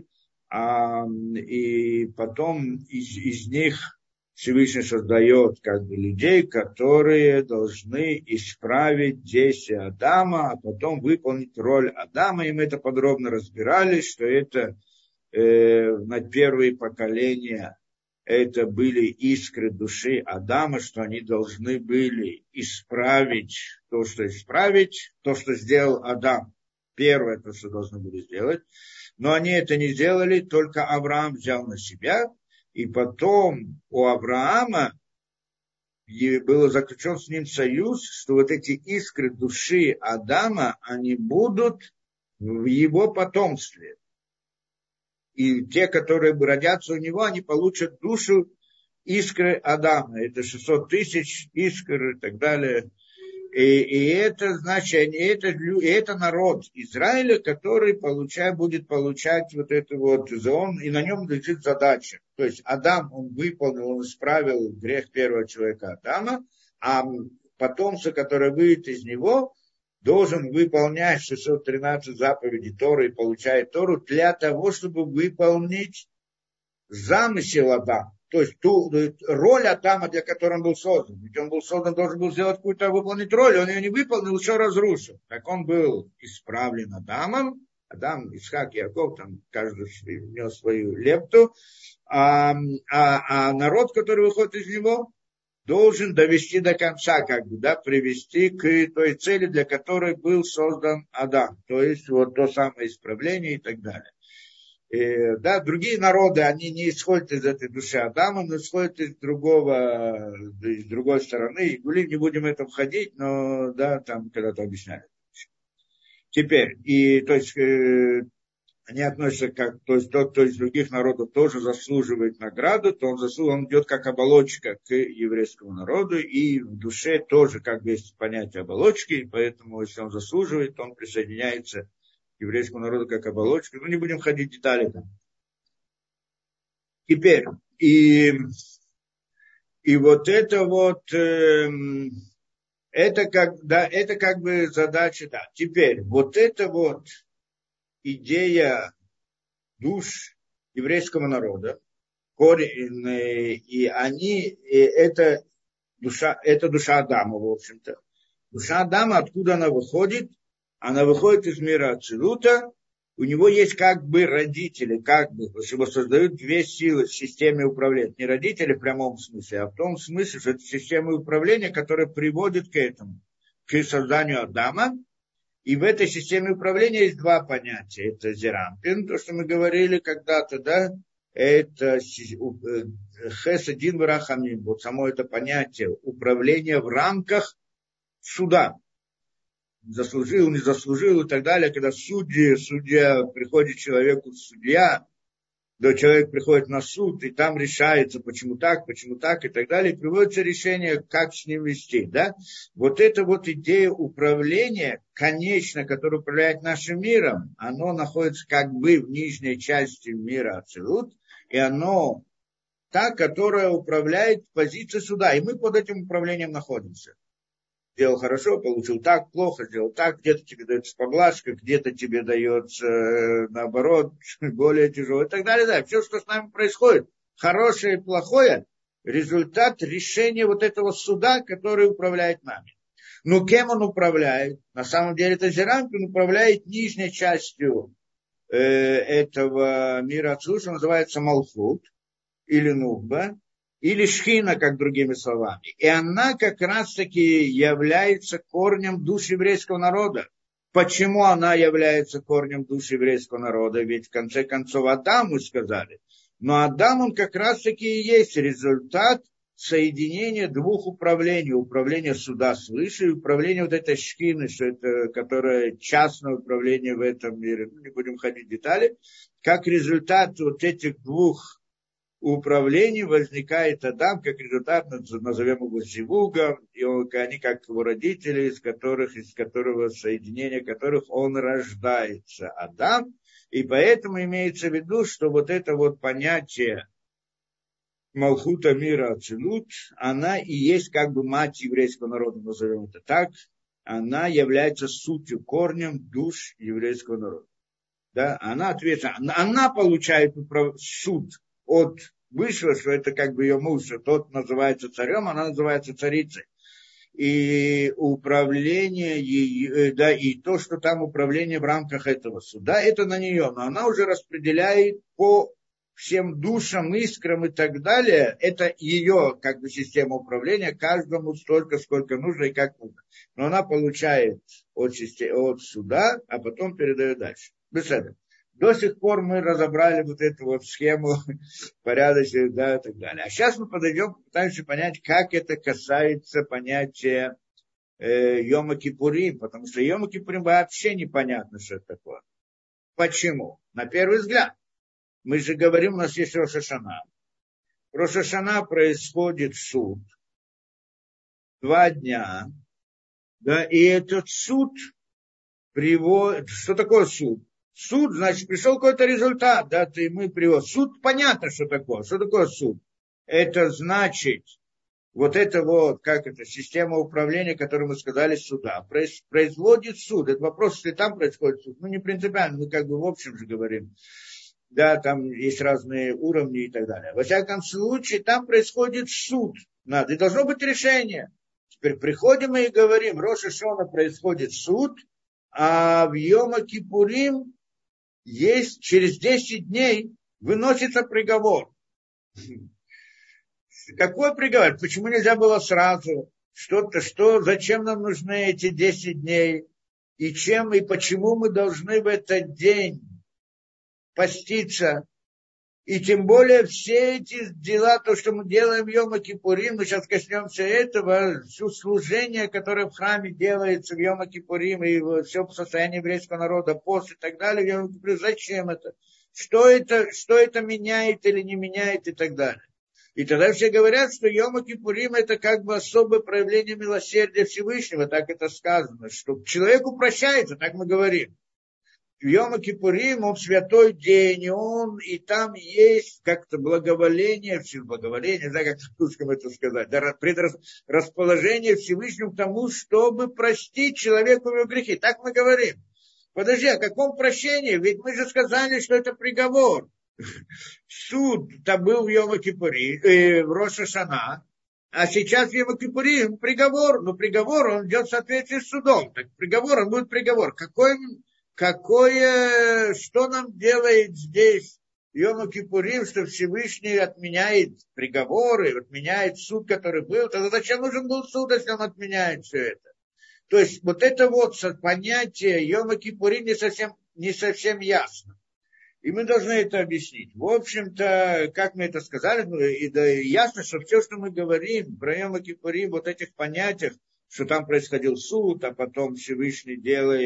A: И потом из них Всевышний создает как бы людей, которые должны исправить действия Адама, а потом выполнить роль Адама. И мы это подробно разбирали, что это на первые поколения это были искры души Адама, что они должны были исправить, то, что сделал Адам. Первое, то, что должны были сделать. Но они это не сделали, только Авраам взял на себя. И потом у Авраама был заключен с ним союз, что вот эти искры души Адама, они будут в его потомстве. И те, которые родятся у него, они получат душу искры Адама. Это 600 тысяч искр и так далее. И это значит, это народ Израиля, который будет получать вот это вот зон, и на нем лежит задача. То есть Адам, он выполнил, он исправил грех первого человека Адама, а потомство, которое выйдет из него, должен выполнять 613 заповедей Торы и получает Тору для того, чтобы выполнить замысел Адама. То есть ту роль Адама, для которой он был создан. Ведь он был создан, должен был сделать какую-то, выполнить роль, он ее не выполнил, еще разрушил. Так он был исправлен Адамом. Адам, Исхак, Яков, там каждый внес свою лепту. А народ, который выходит из него, должен довести до конца, как бы, да, привести к той цели, для которой был создан Адам. То есть вот то самое исправление и так далее. Да, другие народы, они не исходят из этой души Адама, но исходят из другой стороны. И не будем в это входить, но да, там когда-то объясняли. Теперь, то есть, они относятся как, то есть тот, кто из других народов тоже заслуживает награду, то он идет как оболочка к еврейскому народу, и в душе тоже как бы есть понятие оболочки, и поэтому, если он заслуживает, то он присоединяется еврейскому народу как оболочка. Ну, не будем ходить в детали там. Теперь, и вот это вот, это как бы задача, да. Теперь, вот это вот идея душ еврейского народа, корень, это душа Адама, в общем-то. Душа Адама, откуда она выходит? Она выходит из мира Ацилута, у него есть как бы родители, как бы, чтобы создают две силы в системе управления. Не родители в прямом смысле, а в том смысле, что это система управления, которая приводит к этому, к созданию Адама. И в этой системе управления есть два понятия. Это зерампин, то, что мы говорили когда-то, да, это хесадин варахамин, вот само это понятие управления в рамках суда. Заслужил, не заслужил и так далее. Когда судья приходит человеку, судья, да, человек приходит на суд, и там решается, почему так и так далее, и приводится решение, как с ним вести, да. Вот эта вот идея управления, конечно, которая управляет нашим миром, оно находится как бы в нижней части мира Ацилут, и оно та, которая управляет позицией суда, и мы под этим управлением находимся. Сделал хорошо, получил так, плохо, сделал так, где-то тебе дается поблажка, где-то тебе дается, наоборот, более тяжело и так далее. Да. Все, что с нами происходит, хорошее и плохое, результат решения вот этого суда, который управляет нами. Но кем он управляет? На самом деле это Зерампин управляет нижней частью этого мира Ацилут, что называется Малхут или Нухба, или Шхина, как другими словами. И она как раз-таки является корнем душ еврейского народа. Почему она является корнем душ еврейского народа? Ведь в конце концов Адам, мы сказали. Но Адам, он как раз-таки и есть результат соединения двух управлений. Управление суда свыше и управление вот этой Шхины, что это, которое частное управление в этом мире. Ну, не будем ходить в детали. Как результат вот этих двух управлении возникает Адам, как результат, назовем его Зивугом, и они как его родители, из которого соединения которых он рождается, Адам. И поэтому имеется в виду, что вот это вот понятие Малхута мира Ацилут, она и есть как бы мать еврейского народа, назовем это так, она является сутью, корнем душ еврейского народа. Да? Она ответственна, она получает суд от высшего, что это как бы ее муж, тот называется царем, она называется царицей. И управление, да, и то, что там управление в рамках этого суда, это на нее, но она уже распределяет по всем душам, искрам и так далее, это ее как бы система управления, каждому столько, сколько нужно и как нужно. Но она получает от суда, а потом передает дальше. Без этого. До сих пор мы разобрали вот эту вот схему порядочную, да, и так далее. А сейчас мы подойдем, попытаемся понять, как это касается понятия Йома Кипурим, потому что Йома Кипурим вообще непонятно, что это такое. Почему? На первый взгляд. Мы же говорим, у нас есть Рош ха-Шана. В Рош ха-Шана происходит суд 2 дня, да, и этот суд приводит... Что такое суд? Суд, значит, пришел какой-то результат, да, мы приводим. Суд, понятно, что такое. Что такое суд? Это значит, вот это вот, как это, система управления, которую мы сказали, суда, производит суд. Это вопрос, если там происходит суд, ну, не принципиально, мы как бы в общем же говорим. Да, там есть разные уровни и так далее. Во всяком случае, там происходит суд. Надо, и должно быть решение. Теперь приходим мы и говорим, Рош ха-Шана происходит суд, а в Йома-Кипурим есть через 10 дней выносится приговор. Какой приговор? Почему нельзя было сразу? Зачем нам нужны эти 10 дней? И чем, и почему мы должны в этот день поститься? И тем более все эти дела, то, что мы делаем в Йома-Кипурим, мы сейчас коснемся этого, все служение, которое в храме делается в Йома-Кипурим, и все состояние еврейского народа, пост и так далее, в Йома-Кипурим, зачем это? Что это меняет или не меняет и так далее. И тогда все говорят, что Йома-Кипурим это как бы особое проявление милосердия Всевышнего, так это сказано, что человеку прощается, так мы говорим. Йома-Кипурим, он святой день, и там есть как-то благоволение, не знаю, как в русском это сказать, да, предрасположение Всевышнему к тому, чтобы простить человеку его грехи. Так мы говорим. Подожди, о каком прощении? Ведь мы же сказали, что это приговор. Суд-то был в Йома-Кипурим, в Рош ха-Шана, а сейчас в Йома-Кипурим приговор. Но приговор, он идет в соответствии с судом. Так приговор, он будет приговор. Что нам делает здесь Йома-Кипурим, что Всевышний отменяет приговоры, отменяет суд, который был? Тогда зачем нужен был суд, если он отменяет все это? То есть вот это вот понятие Йома-Кипурим не совсем ясно. И мы должны это объяснить. В общем-то, как мы это сказали, и да, ясно, что все, что мы говорим про Йома-Кипурим, вот этих понятиях, что там происходил суд, а потом Всевышний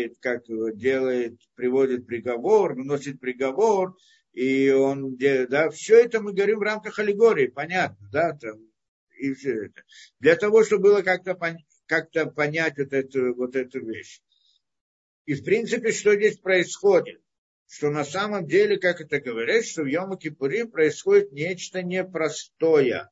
A: приводит приговор, выносит приговор, и он, да, все это мы говорим в рамках аллегории, понятно, да, там, и все это. Для того, чтобы было как-то понять вот эту вещь. И, в принципе, что здесь происходит? Что на самом деле, как это говорят, что в Йома-Кипурим происходит нечто непростое,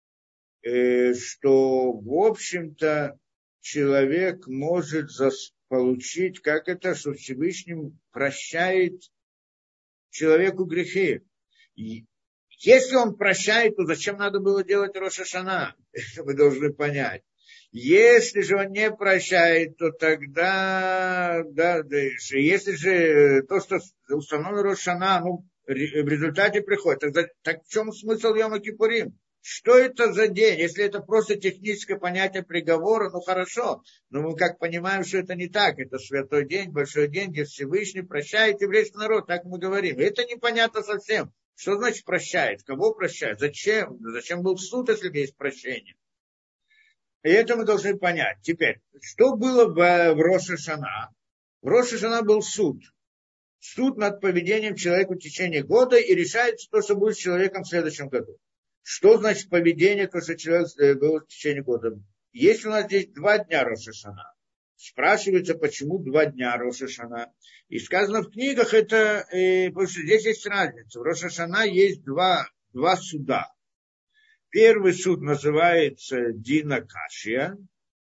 A: что, в общем-то, человек может получить, что Всевышний прощает человеку грехи. И если он прощает, то зачем надо было делать Рош ха-Шана? Это мы должны понять. Если же он не прощает, то тогда, если же то, что установлено Рош ха-Шана, в результате приходит, так в чем смысл Йома-Кипурим? Что это за день? Если это просто техническое понятие приговора, ну хорошо. Но мы как понимаем, что это не так. Это святой день, большой день, где Всевышний прощает еврейский народ. Так мы говорим. Это непонятно совсем. Что значит прощает? Кого прощает? Зачем? Зачем был суд, если есть прощение? И это мы должны понять. Теперь, что было в Рош ха-Шана? В Рош ха-Шана был суд. Суд над поведением человека в течение года, и решается то, что будет с человеком в следующем году. Что значит поведение, то, что человек был в течение года? Если у нас здесь 2 дня Рош ха-Шана, спрашивается, почему 2 дня Рош ха-Шана. И сказано в книгах, потому что здесь есть разница. В Рош ха-Шана есть два суда. Первый суд называется Дина Кашия,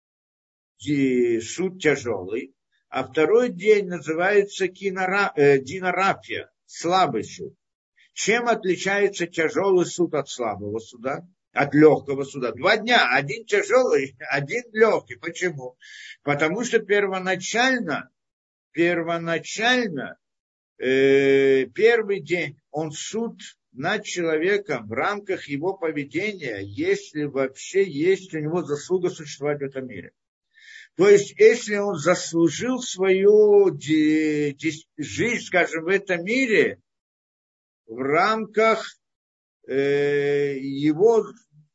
A: суд тяжелый, а второй день называется Дина Рафия, слабый суд. Чем отличается тяжелый суд от слабого суда, от легкого суда? 2 дня, один тяжелый, один легкий. Почему? Потому что первоначально, первый день он суд над человеком в рамках его поведения, если вообще есть у него заслуга существовать в этом мире. То есть, если он заслужил свою жизнь, скажем, в этом мире, в рамках его,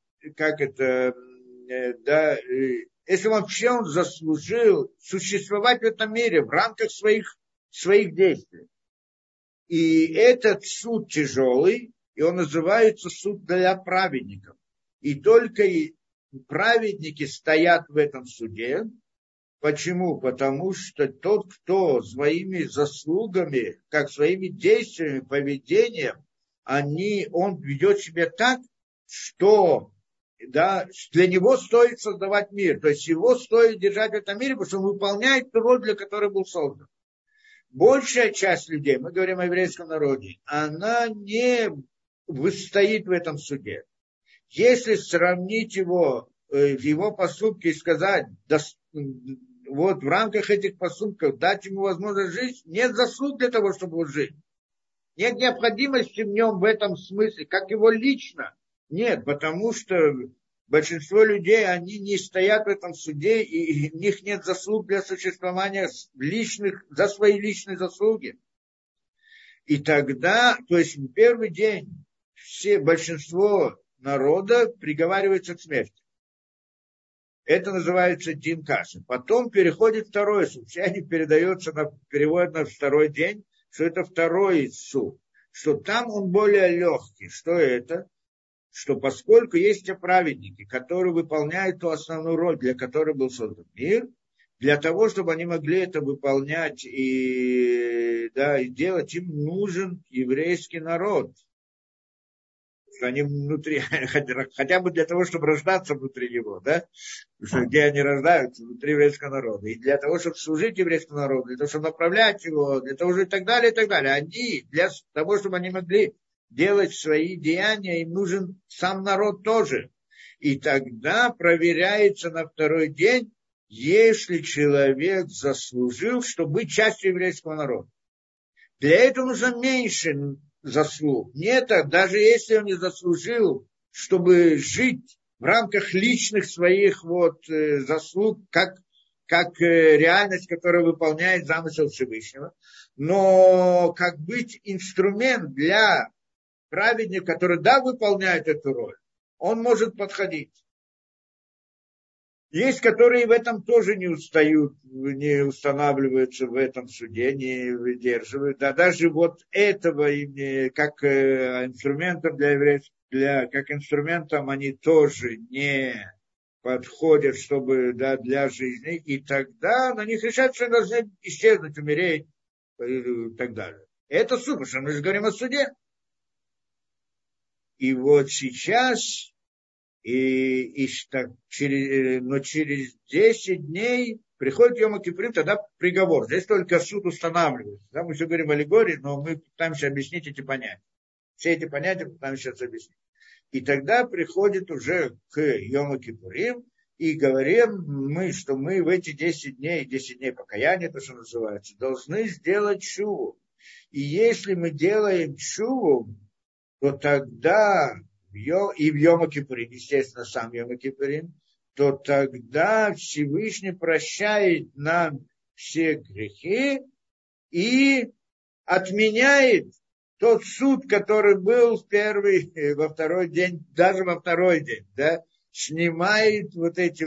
A: если вообще он заслужил существовать в этом мире в рамках своих действий. И этот суд тяжелый, и он называется суд для праведников. И только праведники стоят в этом суде. Почему? Потому что тот, кто своими заслугами, как своими действиями, поведением, он ведет себя так, что да, для него стоит создавать мир. То есть его стоит держать в этом мире, потому что он выполняет ту роль, для которой был создан. Большая часть людей, мы говорим о еврейском народе, она не выстоит в этом суде. Если сравнить его, в его поступки и сказать, да, вот в рамках этих поступков дать ему возможность жить, нет заслуг для того, чтобы он жил. Нет необходимости в нем в этом смысле, как его лично. Нет, потому что большинство людей, они не стоят в этом суде, и у них нет заслуг для существования личных, за свои личные заслуги. И тогда, то есть в первый день, большинство народа приговаривается к смерти. Это называется Дин Каши. Потом переходит второй суд. Все они переводят на второй день, что это второй суд. Что там он более легкий. Что это? Что поскольку есть те праведники, которые выполняют ту основную роль, для которой был создан мир, для того, чтобы они могли это выполнять и делать, им нужен еврейский народ. Они внутри, хотя бы для того, чтобы рождаться внутри него, да? Потому что где они рождаются? Внутри еврейского народа. И для того, чтобы служить еврейскому народу, для того, чтобы направлять его, для того, чтобы и так далее, и так далее. Они, для того, чтобы они могли делать свои деяния, им нужен сам народ тоже. И тогда проверяется на второй день, если человек заслужил, чтобы быть частью еврейского народа. Для этого нужно меньше заслуг. Нет, даже если он не заслужил, чтобы жить в рамках личных своих заслуг, как реальность, которая выполняет замысел Всевышнего, но как быть инструмент для праведника, который, выполняет эту роль, он может подходить. Есть, которые в этом тоже не устают, не устанавливаются в этом суде, не выдерживают. Да даже этого как инструментом для евреев, как инструментом они тоже не подходят, чтобы для жизни. И тогда на них решают, что должны исчезнуть, умереть и так далее. Это суд, потому что мы же говорим о суде. И сейчас... но через 10 дней приходит Йом Кипурим, тогда приговор. Здесь только суд устанавливается. Да, мы все говорим о аллегории, но мы пытаемся объяснить эти понятия. Все эти понятия пытаемся сейчас объяснить. И тогда приходит уже к Йом Кипурим, и говорим мы, что мы в эти 10 дней покаяния, то, что называется, должны сделать шуву. И если мы делаем шуву, то тогда... и в Йом Кипурим, естественно, сам Йом Кипурим, то тогда Всевышний прощает нам все грехи и отменяет тот суд, который был во второй день, даже во второй день, да, снимает эти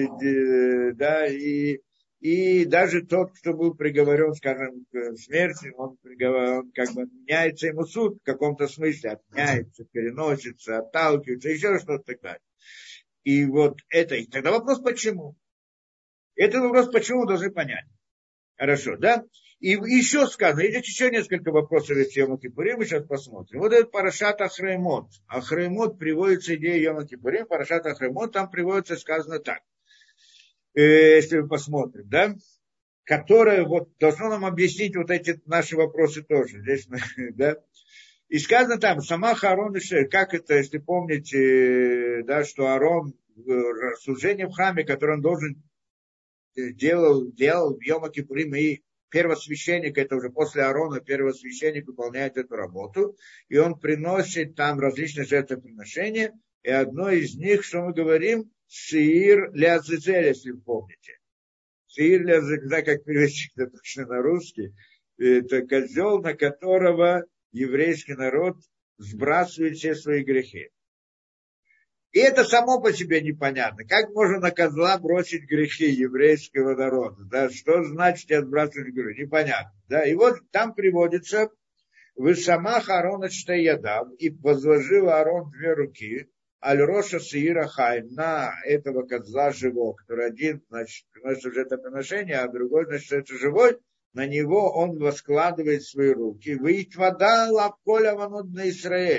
A: и даже тот, кто был приговорен, скажем, к смерти, он как бы отменяется ему суд в каком-то смысле, отменяется, переносится, отталкивается, еще что-то такое. И это. И тогда вопрос, почему? Этот вопрос, почему, мы должны понять. Хорошо, да? И еще сказано, есть еще несколько вопросов из Йома Кипурим, мы сейчас посмотрим. Вот этот парашат Ахреймот. Ахреймот приводится идея Йома Кипурим, парашат Ахреймот, там приводится, сказано так. Если мы посмотрим, да, которое должно нам объяснить эти наши вопросы тоже. Здесь, да. И сказано там, сама Аарон, как это, если помните, да, что Аарон, служение в храме, которое он должен делал в Йом Кипурим, и первосвященник, это уже после Аарона, первосвященник выполняет эту работу, и он приносит там различные жертвоприношения, и одно из них, что мы говорим, Сеир Леазизель, если вы помните. Сеир Леазизель, как перевести это точно на русский, это козел, на которого еврейский народ сбрасывает все свои грехи. И это само по себе непонятно. Как можно на козла бросить грехи еврейского народа? Да? Что значит отбрасывать грехи? Непонятно. Да? И там приводится «Высамах Аарон Штеядав» и возложил Аарон 2 руки Аль-Роша Сеира Хайм на этого козла живого, который один, значит, приносит жертвоприношение, а другой, значит, это живой, на него он воскладывает свои руки. «Ваитвада лавколя ванут на Израиль».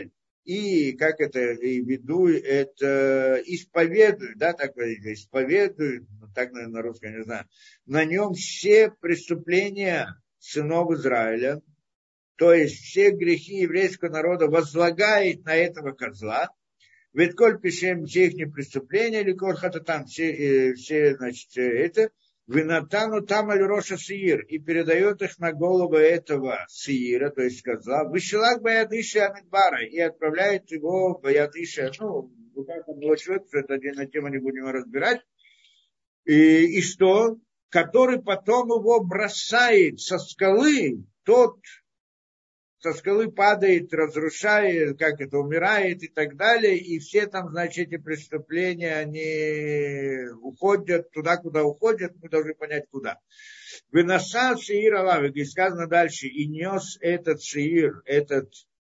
A: и, как это, и веду, это исповедую, да, так говорить, исповедую, ну, так, наверное, на русском, не знаю, на нем все преступления сынов Израиля, то есть все грехи еврейского народа возлагает на этого козла, ведь коль пишем все их преступления, или коль хататам, все, значит, это, винатану там аль роша сиир, и передает их на голову этого сиира, то есть козла, вышелак баядыша амидбара, и отправляет его баядыша, ну, как он был человек, что это отдельная тема, не будем разбирать, и что? Который потом его бросает со скалы, тот со скалы падает, разрушает, как это, умирает и так далее, и все там, значит, эти преступления, они уходят туда, куда уходят, мы должны понять, куда. Выноса шиир алавик, и сказано дальше, и нес этот шиир, этот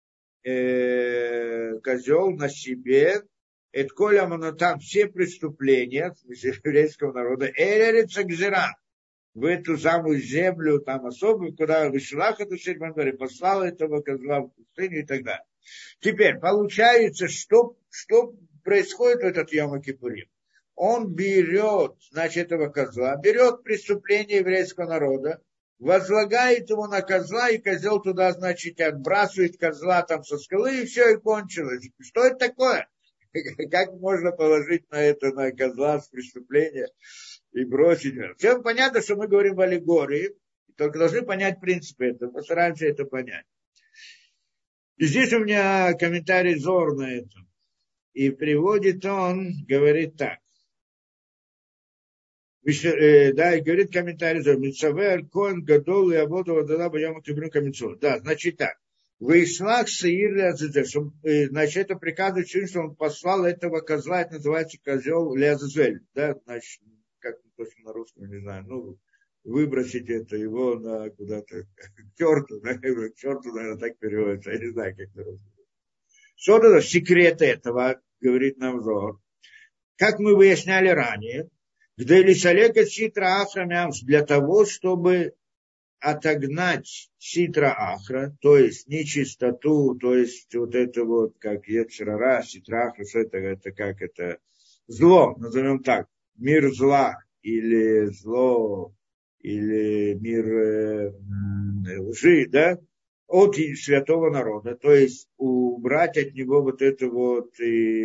A: козел на себе, это коля там все преступления еврейского народа, элерица гзира, в эту самую землю, там особую, куда вышла Хатушельманбари, послала этого козла в пустыню и так далее. Теперь, получается, что происходит в этот Йом-Кипурим? Он берет, значит, этого козла, берет преступление еврейского народа, возлагает его на козла, и козел туда, значит, отбрасывает козла там со скалы, и все, и кончилось. Что это такое? Как можно положить на это, на козла с преступления и бросить? Всем понятно, что мы говорим в аллегории, только должны понять принципы этого, постараемся это понять. И здесь у меня комментарий Зор на это. И приводит он, говорит так. Да, и говорит комментарий Зор. Митсавер, Коэн, Гадол, и Абоду, Вадала, Баяма, Кибрин, Камицу. Да, значит так. Вышлак Саир Леазазель. Значит, это приказывает, что он послал этого козла, это называется козел Леазазель. Да, значит, как точно на русском, не знаю, ну, выбросить это его на куда-то к черту, да, к черту, наверное, так переводится, я не знаю, как на русском. Что это секрет этого, говорит нам Зор. Как мы выясняли ранее, где лисалека ситра ахрамям, для того, чтобы отогнать ситра ахра, то есть нечистоту, то есть вот это вот, как ецрара, ситра ахра, что это как это, зло, назовем так, мир зла, или зло, или мир лжи, да, от святого народа, то есть убрать от него вот это вот,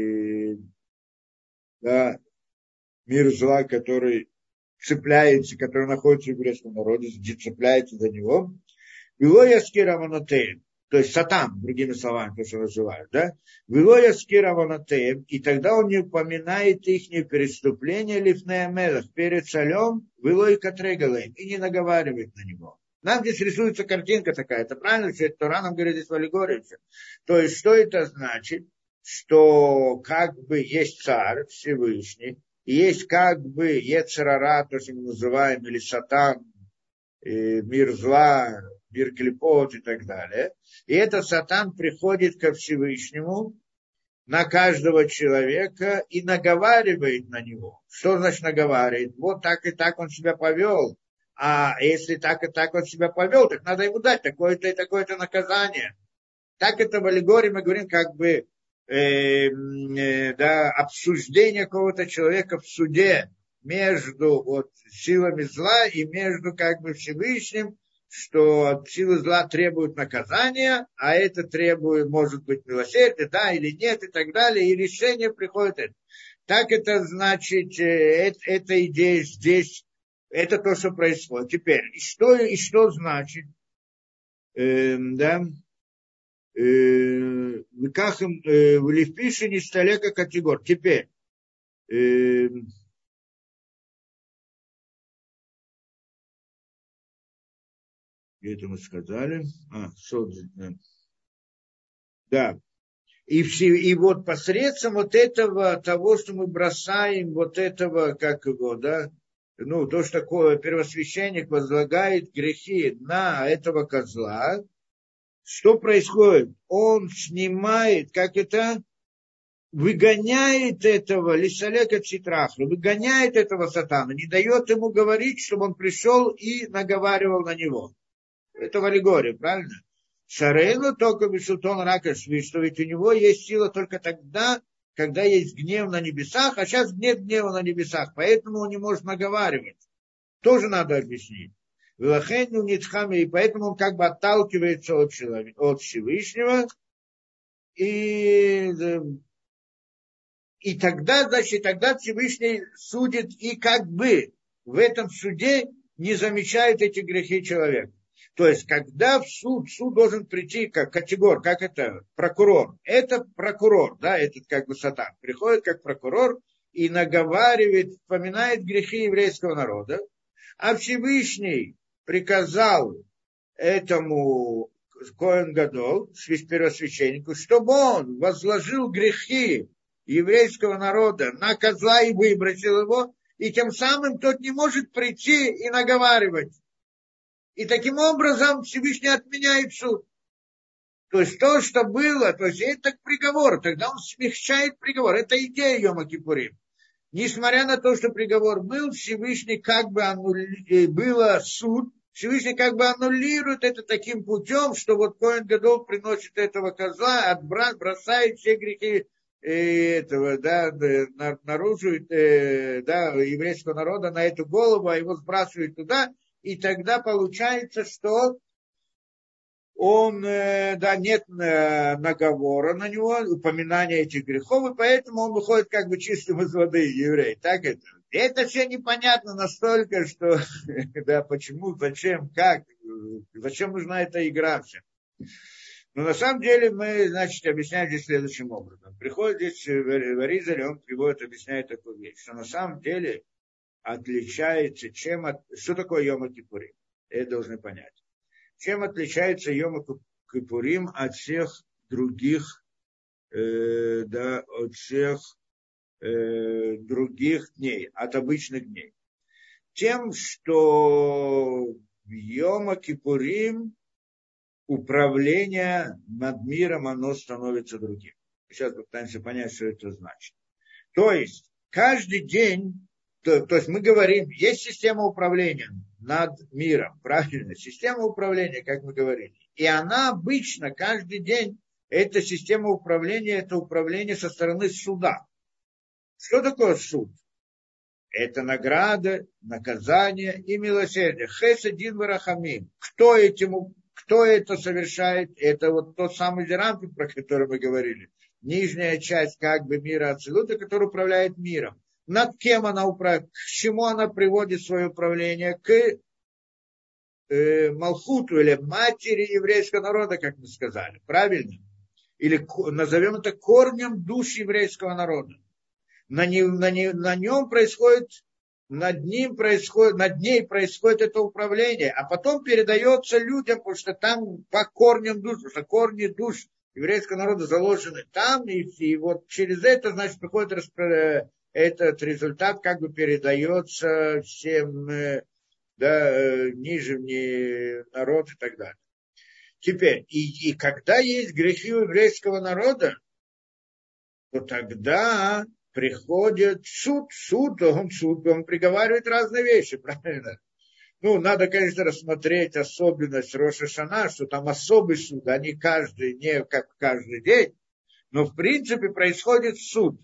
A: да, мир зла, который цепляется, который находится в еврейском народе, цепляется за него. Вилоя скираванатеем, то есть сатан, другими словами, то, что называют, да? Вилоя скираванатеем, и тогда он не упоминает их преступления лифнея перед царем, вилой катрегалеем, и не наговаривает на него. Нам здесь рисуется картинка такая, это правильно, что это Тора нам говорит здесь в аллегории. То есть, что это значит? Что как бы есть царь Всевышний, и есть как бы ецрара, то, что мы называем, или сатан, мир зла, мир клепот и так далее. И этот сатан приходит ко Всевышнему на каждого человека и наговаривает на него. Что значит наговаривает? Вот так и так он себя повел. А если так и так он себя повел, так надо ему дать такое-то и такое-то наказание. Так это в аллегории мы говорим как бы да, обсуждение какого-то человека в суде между вот, силами зла и между как бы Всевышним, что силы зла требуют наказания, а это требует, может быть, милосердия, да или нет, и так далее, и решение приходит. Так это значит, эта идея здесь, это то, что происходит. Теперь, и что значит, да, как в Левпише не столека категор. Теперь, это мы сказали. Да. И вот посредством вот этого, того, что мы бросаем, вот этого, как его, да, ну, то, что такое первосвященник возлагает грехи на этого козла, что происходит? Он снимает, как это, выгоняет этого лисалека цитрахла, выгоняет этого сатана, не дает ему говорить, чтобы он пришел и наговаривал на него. Это в аллегории, правильно? Шарейну только Бешутон Ракашви, что ведь у него есть сила только тогда, когда есть гнев на небесах, а сейчас нет гнева на небесах, поэтому он не может наговаривать. Тоже надо объяснить. Вилахенну Ницхами, и поэтому он как бы отталкивается от Всевышнего, и тогда, значит, тогда Всевышний судит, и как бы в этом суде не замечает эти грехи человека. То есть, когда в суд должен прийти как категор, как это, прокурор. Это прокурор, да, этот как бы сатан. Приходит как прокурор и наговаривает, вспоминает грехи еврейского народа. А Всевышний приказал этому Коэн Гадол, первосвященнику, чтобы он возложил грехи еврейского народа на козла и выбросил его, и тем самым тот не может прийти и наговаривать. И таким образом Всевышний отменяет суд. То есть то, что было, то есть это приговор, тогда он смягчает приговор. Это идея Йома Кипурим. Несмотря на то, что приговор был, Всевышний как бы было суд, Всевышний как бы аннулирует это таким путем, что вот Коэн Гадол приносит этого козла, бросает все грехи этого, да, наружу, да, еврейского народа на эту голову, а его сбрасывает туда, и тогда получается, что он, да, нет наговора на него, упоминания этих грехов, и поэтому он выходит как бы чистым из воды, еврей. Так это? Это все непонятно настолько, что, да, почему, зачем, как, зачем нужна эта игра вся. Но на самом деле мы, значит, объясняем здесь следующим образом. Приходит здесь в Аризале, он приводит, объясняет такую вещь, что на самом деле отличается, что такое Йома Кипурим? Это должны понять. Чем отличается Йома Кипурим от всех других, да, от всех других дней, от обычных дней? Тем, что в Йома Кипурим управление над миром, оно становится другим. Сейчас попытаемся понять, что это значит. То есть, каждый день, то есть мы говорим, есть система управления над миром, правильно? Система управления, как мы говорили. И она обычно каждый день, эта система управления, это управление со стороны суда. Что такое суд? Это награда, наказание и милосердие. Хесед варахамим. Кто это совершает? Это вот тот самый Зерампин, про который мы говорили. Нижняя часть как бы мира Ацилута, который управляет миром. Над кем она управляет? К чему она приводит свое управление? К Малхуту или матери еврейского народа, как мы сказали. Правильно? Или назовем это корнем душ еврейского народа. Над ней происходит это управление, а потом передается людям, потому что там по корням душ, потому что корни душ еврейского народа заложены там, и вот через это, значит, приходит этот результат, как бы передается всем, да, нижний народ и так далее. Теперь, и когда есть грехи у еврейского народа, то тогда приходит суд, он приговаривает разные вещи, правильно? Ну, надо, конечно, рассмотреть особенность Рош ха-Шана, что там особый суд, а не как каждый день, но в принципе происходит суд.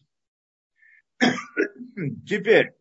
A: Теперь,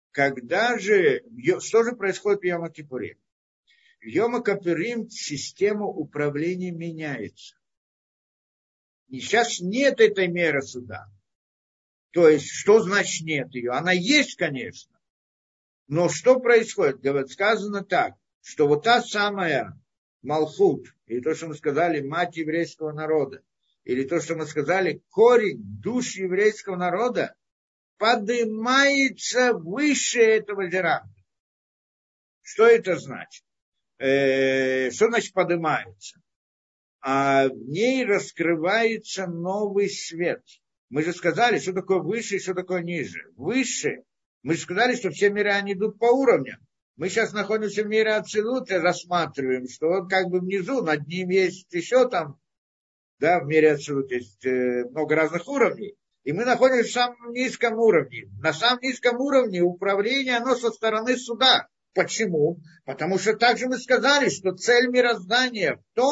A: что же происходит в Йома Кипурим? В Йома Кипурим система управления меняется. И сейчас нет этой меры суда. То есть, что значит нет ее? Она есть, конечно. Но что происходит? Говорит, сказано так, что вот та самая Малхут, или то, что мы сказали, мать еврейского народа, или то, что мы сказали, корень душ еврейского народа, поднимается выше этого зеранта. Что это значит? Что значит поднимается? А в ней раскрывается новый свет. Мы же сказали, что такое выше и что такое ниже. Выше. Мы же сказали, что все миры, они идут по уровням. Мы сейчас находимся в мире Ацилут и рассматриваем, что он как бы внизу, над ним есть еще там, да, в мире Ацилут есть много разных уровней. И мы находимся в самом низком уровне. На самом низком уровне управление, оно со стороны суда. Почему? Потому что также мы сказали, что цель мироздания в том,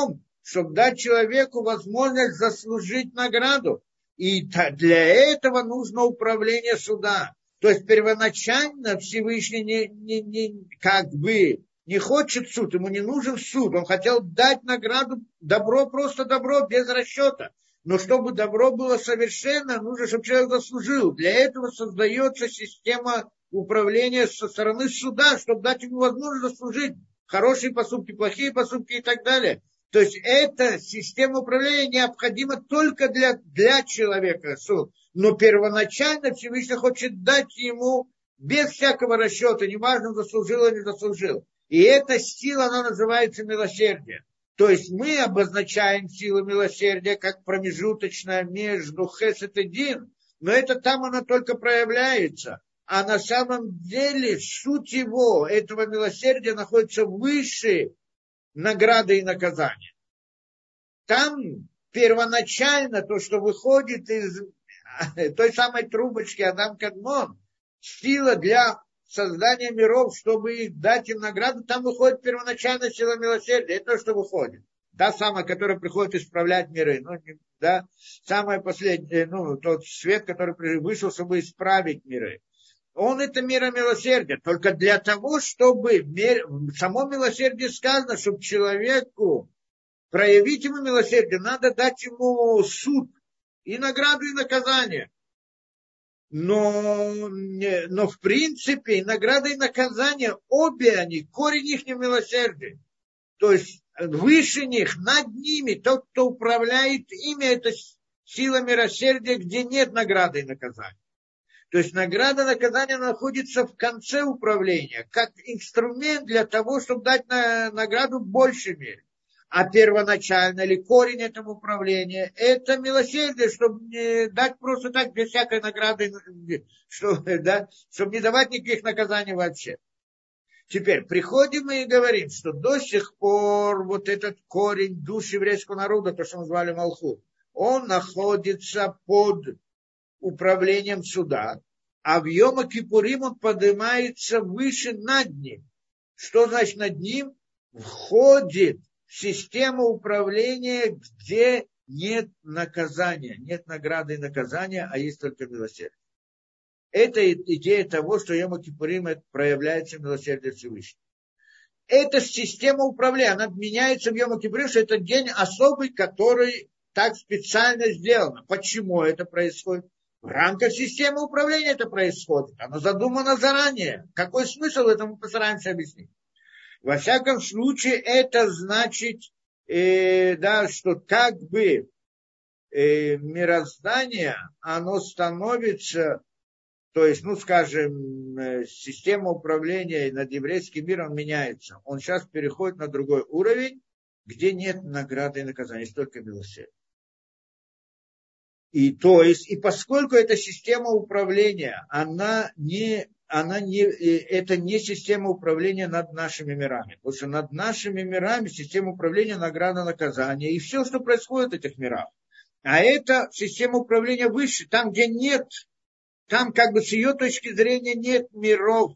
A: чтобы дать человеку возможность заслужить награду. И для этого нужно управление суда. То есть первоначально Всевышний как бы не хочет суд, ему не нужен суд. Он хотел дать награду, добро, просто добро, без расчета. Но чтобы добро было совершенно, нужно, чтобы человек заслужил. Для этого создается система управления со стороны суда, чтобы дать ему возможность заслужить хорошие поступки, плохие поступки и так далее. То есть эта система управления необходима только для человека, суд. Но первоначально Всевышний хочет дать ему без всякого расчета, неважно, заслужил или не заслужил. И эта сила, она называется милосердие. То есть мы обозначаем силу милосердия как промежуточная между хесед и дин, но это там она только проявляется. А на самом деле суть его, этого милосердия, находится выше награды и наказания. Там первоначально то, что выходит из той самой трубочки Адам Кадмон, сила для создания миров, чтобы их дать им награду, там выходит первоначальная сила милосердия. Это то, что выходит. Та самая, которая приходит исправлять миры. Да, самая последняя, тот свет, который вышел, чтобы исправить миры. Он это мера милосердия. Только для того, чтобы само милосердие сказано, чтобы человеку проявить ему милосердие, надо дать ему суд, и награду, и наказание. Но в принципе, и награда, и наказание, обе они, корень их не милосердия. То есть выше них, над ними, тот, кто управляет ими, это сила милосердия, где нет награды и наказания. То есть награда и наказание находится в конце управления, как инструмент для того, чтобы дать награду в большей мере. А первоначально, или корень этого управления, это милосердие, чтобы не дать просто так, без всякой награды, чтобы не давать никаких наказаний вообще. Теперь приходим мы и говорим, что до сих пор вот этот корень души еврейского народа, то, что мы звали Малхут, он находится под управлением суда, а в Йом-Кипурим он поднимается выше над ним. Что значит над ним? Входит система управления, где нет наказания, нет награды и наказания, а есть только милосердие. Это идея того, что Йом-Кипурим проявляется милосердие Всевышнего. Это система управления, она меняется в Йом-Кипурим, что это день особый, который так специально сделан. Почему это происходит? В рамках системы управления это происходит. Оно задумано заранее. Какой смысл это, мы постараемся объяснить. Во всяком случае, это значит, что как бы мироздание, оно становится, то есть, система управления над еврейским миром меняется. Он сейчас переходит на другой уровень, где нет награды и наказания, есть только милосердие. И поскольку эта система управления, это не система управления над нашими мирами. Потому что над нашими мирами система управления награда, наказания и все, что происходит в этих мирах. А это система управления выше, там, где нет, там как бы с ее точки зрения нет миров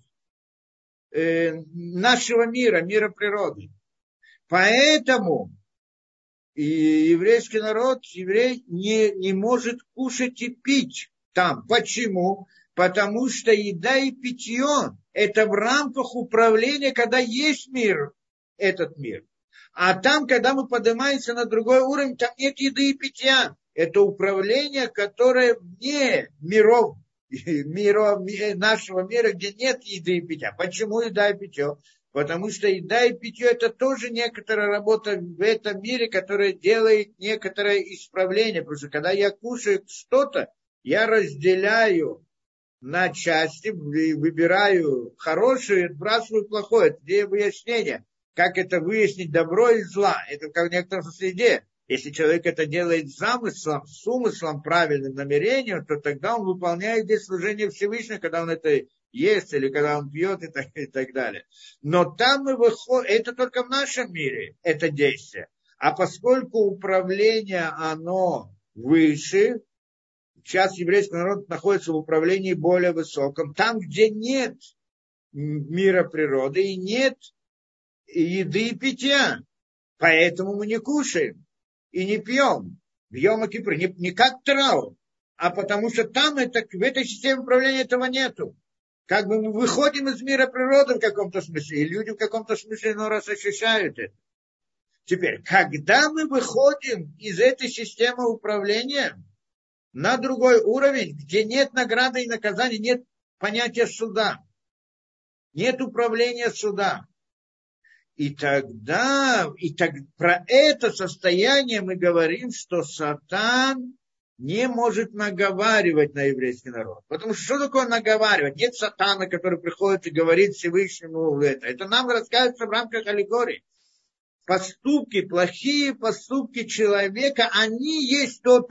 A: нашего мира, мира природы. Поэтому и еврейский народ, еврей не может кушать и пить там. Почему? Потому что еда и питье – это в рамках управления, когда есть мир, этот мир. А там, когда мы поднимаемся на другой уровень, там нет еды и питья. Это управление, которое вне миров нашего мира, где нет еды и питья. Почему еда и питье? Потому что еда и питье – это тоже некоторая работа в этом мире, которая делает некоторое исправление. Потому что когда я кушаю что-то, я разделяю на части, выбираю хорошее и отбрасываю плохое. Это идея выяснения. Как это выяснить добро и зла? Это как в некотором смысле идея. Если человек это делает замыслом, с умыслом, правильным намерением, то тогда он выполняет здесь служение Всевышнего, когда он это ест или когда он пьет и так далее. Но там мы выходим, это только в нашем мире, это действие. А поскольку управление, оно выше, сейчас еврейский народ находится в управлении более высоком, там, где нет мира природы и нет еды и питья. Поэтому мы не кушаем и не пьем в Йом-Кипур. Не как траур, а потому что там в этой системе управления этого нету. Как бы мы выходим из мира природы в каком-то смысле, и люди в каком-то смысле иной раз ощущают это. Теперь, когда мы выходим из этой системы управления на другой уровень, где нет награды и наказания, нет понятия суда, нет управления суда, и тогда про это состояние мы говорим, что Сатан не может наговаривать на еврейский народ. Потому что такое наговаривать? Нет сатана, который приходит и говорит Всевышнему это. Это нам рассказывается в рамках аллегории. Поступки, плохие поступки человека, они есть тот,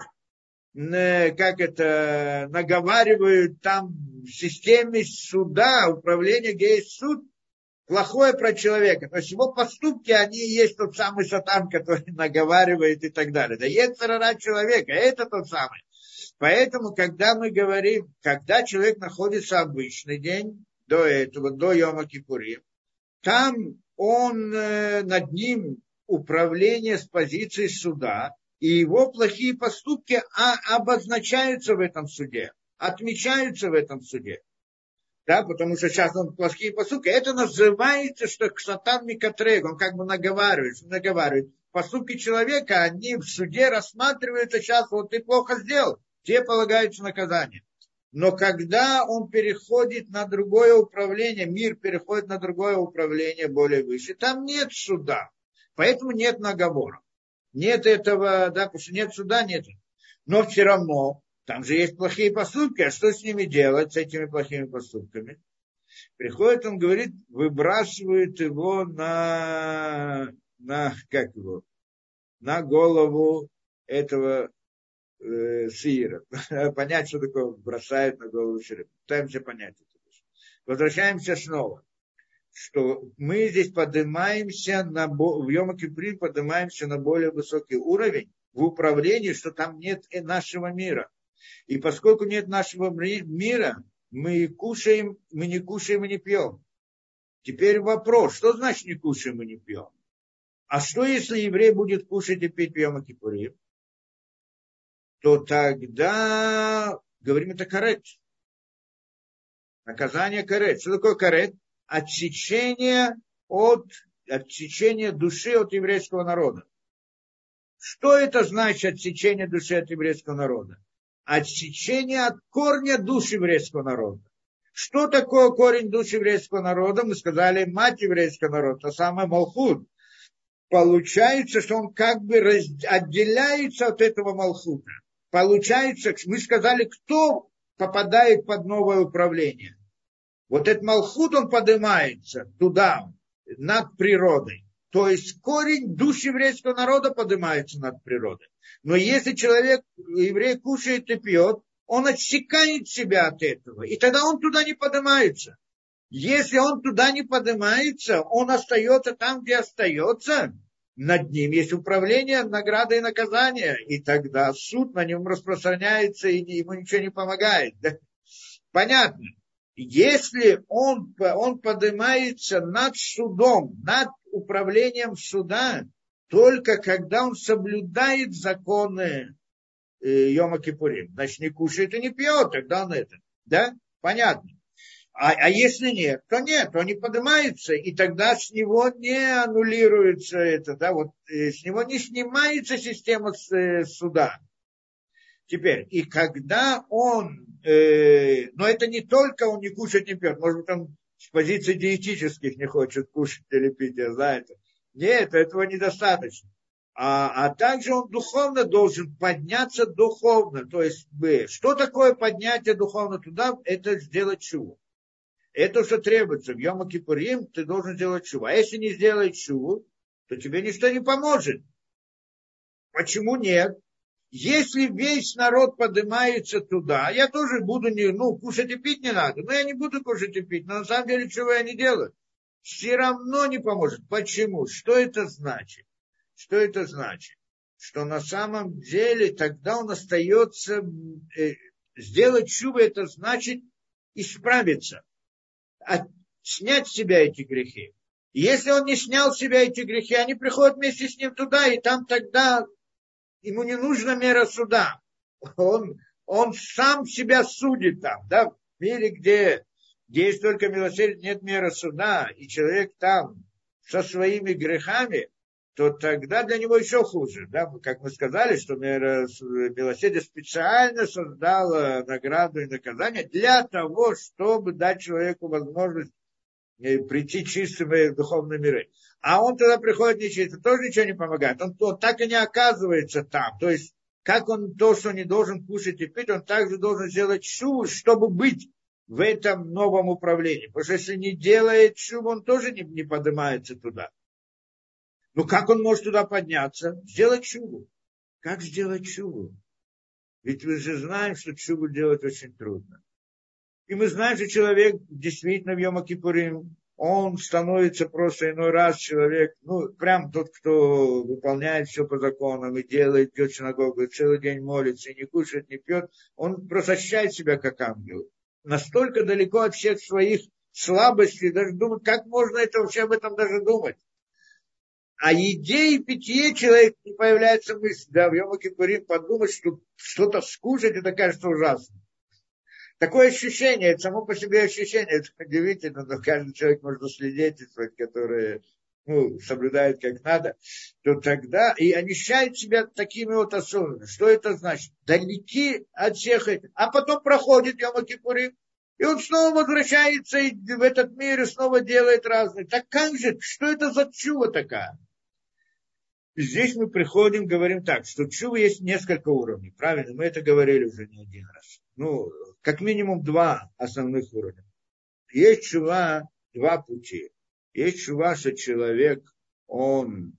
A: наговаривают там в системе суда, управления, где есть суд, плохое про человека. То есть его поступки, они и есть тот самый сатан, который наговаривает и так далее. Да йецер ара человека, это тот самый. Поэтому, когда мы говорим, когда человек находится обычный день, до этого, до Йома Кипурим, там над ним управление с позиции суда, и его плохие поступки обозначаются в этом суде, отмечаются в этом суде. Да, потому что сейчас он плохие поступки. Это называется, что сатан микатрек, он как бы наговаривает. Поступки человека, они в суде рассматриваются сейчас, вот ты плохо сделал, тебе полагается наказание. Но когда он переходит на другое управление, мир переходит на другое управление более выше, там нет суда, поэтому нет наговора. Нет этого, да, потому что нет суда, нет. Но все равно там же есть плохие поступки, а что с ними делать, с этими плохими поступками? Приходит, он говорит, выбрасывает его на голову этого сыра. Понять, что такое бросает на голову сыра. Пытаемся понять это. Возвращаемся снова, что мы здесь поднимаемся в Йом-Кипур поднимаемся на более высокий уровень в управлении, что там нет нашего мира. И поскольку нет нашего мира, мы не кушаем и не пьем. Теперь вопрос, что значит не кушаем и не пьем? А что, если еврей будет кушать и пить в Йом-Кипур? То тогда, говорим, это карет. Наказание карет. Что такое карет? Отсечение души от еврейского народа. Что это значит отсечение души от еврейского народа? Отсечение от корня души еврейского народа. Что такое корень души еврейского народа? Мы сказали, мать еврейского народа, та самая Малхут. Получается, что он как бы отделяется от этого Малхута. Получается, мы сказали, кто попадает под новое управление. Вот этот Малхут, он поднимается туда, над природой. То есть корень души еврейского народа поднимается над природой. Но если еврей кушает и пьет, он отсекает себя от этого. И тогда он туда не поднимается. Если он туда не поднимается, он остается там, где остается. Над ним есть управление, награда и наказание. И тогда суд на нем распространяется, и ему ничего не помогает. Да? Понятно. Если он поднимается над судом, над управлением суда, только когда он соблюдает законы Йома Кипурим. Значит, не кушает и не пьет, тогда он это. Да? Понятно. А если нет, то нет, он не поднимается, и тогда с него не аннулируется это, да, вот с него не снимается система суда. Теперь, и когда он, но это не только он не кушает, не пьет, может быть, он с позиции диетических не хочет кушать или пить, я знаю это. Нет, этого недостаточно. А также он духовно должен подняться духовно. То есть, что такое поднятие духовно туда? Это сделать чуву. Это что требуется. В Йома Кипурим ты должен сделать чуву. А если не сделать чуву, то тебе ничто не поможет. Почему нет? Если весь народ поднимается туда, я тоже буду кушать и пить не надо. Но я не буду кушать и пить. Но на самом деле, чего я не делаю? Все равно не поможет. Почему? Что это значит? Что это значит? Что на самом деле тогда он остается, сделать чуву, это значит исправиться, снять с себя эти грехи. И если он не снял с себя эти грехи, они приходят вместе с ним туда, и там тогда ему не нужна мера суда. Он сам себя судит там, да, в мире, где есть только милосердие, нет меры суда, и человек там со своими грехами, то тогда для него еще хуже. Да? Как мы сказали, что милосердие специально создало награду и наказание для того, чтобы дать человеку возможность прийти чистым в духовные миры. А он тогда приходит нечистым, тоже ничего не помогает. Он так и не оказывается там. То есть, как он то, что не должен кушать и пить, он также должен сделать шуву, чтобы быть в этом новом управлении. Потому что если не делает шуву, он тоже не поднимается туда. Ну, как он может туда подняться? Сделать шуву. Как сделать шуву? Ведь мы же знаем, что шуву делать очень трудно. И мы знаем, что человек действительно в Йом-Кипурим, он становится просто иной раз человек, ну, прям тот, кто выполняет все по законам и делает, идет в синагогу, и целый день молится, и не кушает, не пьет, он просто ощущает себя как ангел. Настолько далеко от всех своих слабостей, даже думать, как можно это вообще об этом даже думать. О еде и питье человек не появляется мысль, да, в Йом-Кипурим подумать, что что-то скушать, это кажется ужасно. Такое ощущение, это само по себе ощущение, это удивительно, но каждый человек может свидетельствовать, который соблюдает как надо, то тогда и они ощущают себя такими вот особенными. Что это значит? Далеки от всех этих. А потом проходит Йом-Кипурим, и он снова возвращается в этот мир и снова делает разные. Так как же, что это за чува такая? И здесь мы приходим, говорим так, что чува есть несколько уровней. Правильно, мы это говорили уже не один раз. Ну, как минимум два основных уровня. Есть чува, два пути. Есть чува, что человек, он,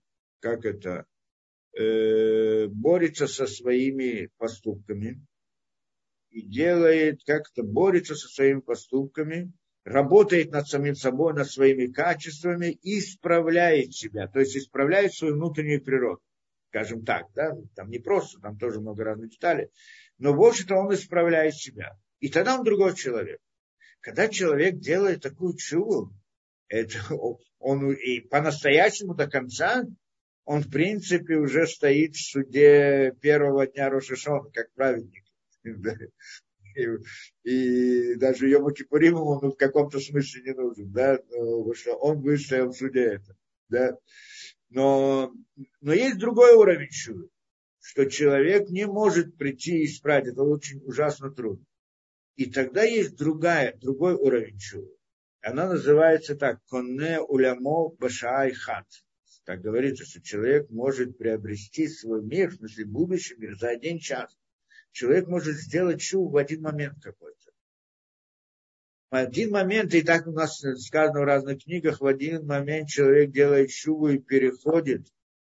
A: борется со своими поступками и делает, борется со своими поступками, работает над самим собой, над своими качествами и исправляет себя, то есть исправляет свою внутреннюю природу. Скажем так, да, там не просто, там тоже много разных деталей, но в общем-то он исправляет себя. И тогда он другой человек. Когда человек делает такую чуву, это он и по-настоящему до конца, он в принципе уже стоит в суде первого дня Рош ха-Шана, как праведник. И даже Йом-Кипурим он в каком-то смысле не нужен, да, потому что он выстоял в суде это, да. Но есть другой уровень чувы, что человек не может прийти и исправить, это очень ужасно трудно. И тогда есть другой уровень чувы. Она называется так: конне улямо башай хат. Так говорится, что человек может приобрести свой мир, в смысле будущий мир, за один час. Человек может сделать чуву в один момент какой-то. В один момент, и так у нас сказано в разных книгах, в один момент человек делает чуву и переходит,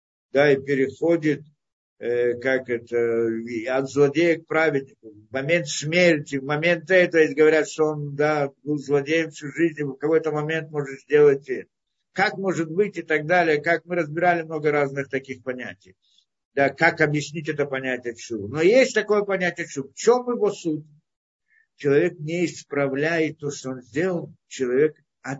A: от злодея к праведнику. В момент смерти, в момент этого, если говорят, что он, был злодеем всю жизнь, и в какой-то момент может сделать это. Как может быть и так далее, как мы разбирали много разных таких понятий. Да, как объяснить это понятие чувы. Но есть такое понятие чувы. В чем его суть? Человек не исправляет то, что он сделал. Человек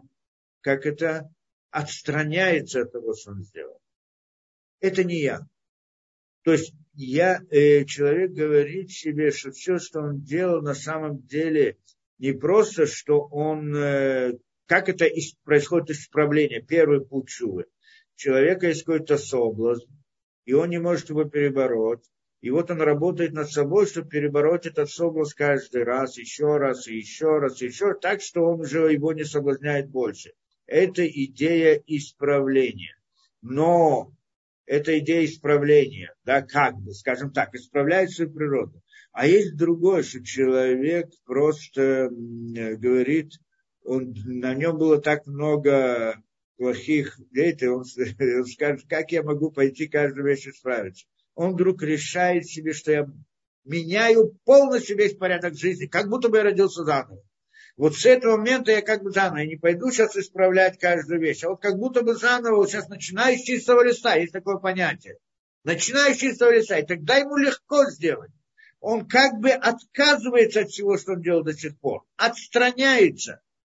A: отстраняется от того, что он сделал. Это не я. То есть человек говорит себе, что все, что он делал, на самом деле не просто, что он... Как это происходит исправление? Первый путь чувы. У человека есть какой-то соблазн, и он не может его перебороть. И вот он работает над собой, чтобы перебороть этот соблазн каждый раз, еще раз, и еще раз, и еще, так, что он уже его не соблазняет больше. Это идея исправления. Но это идея исправления, скажем так, исправляет свою природу. А есть другое, что человек просто говорит, на нем было так много плохих действий, он скажет, как я могу пойти каждую вещь исправить. Он вдруг решает себе, что я меняю полностью весь порядок жизни, как будто бы я родился заново. Вот с этого момента я заново, я не пойду сейчас исправлять каждую вещь, а вот как будто бы заново, вот сейчас начинаю с чистого листа, есть такое понятие. Начинаю с чистого листа, и тогда ему легко сделать. Он отказывается от всего, что он делал до сих пор, отстраняется.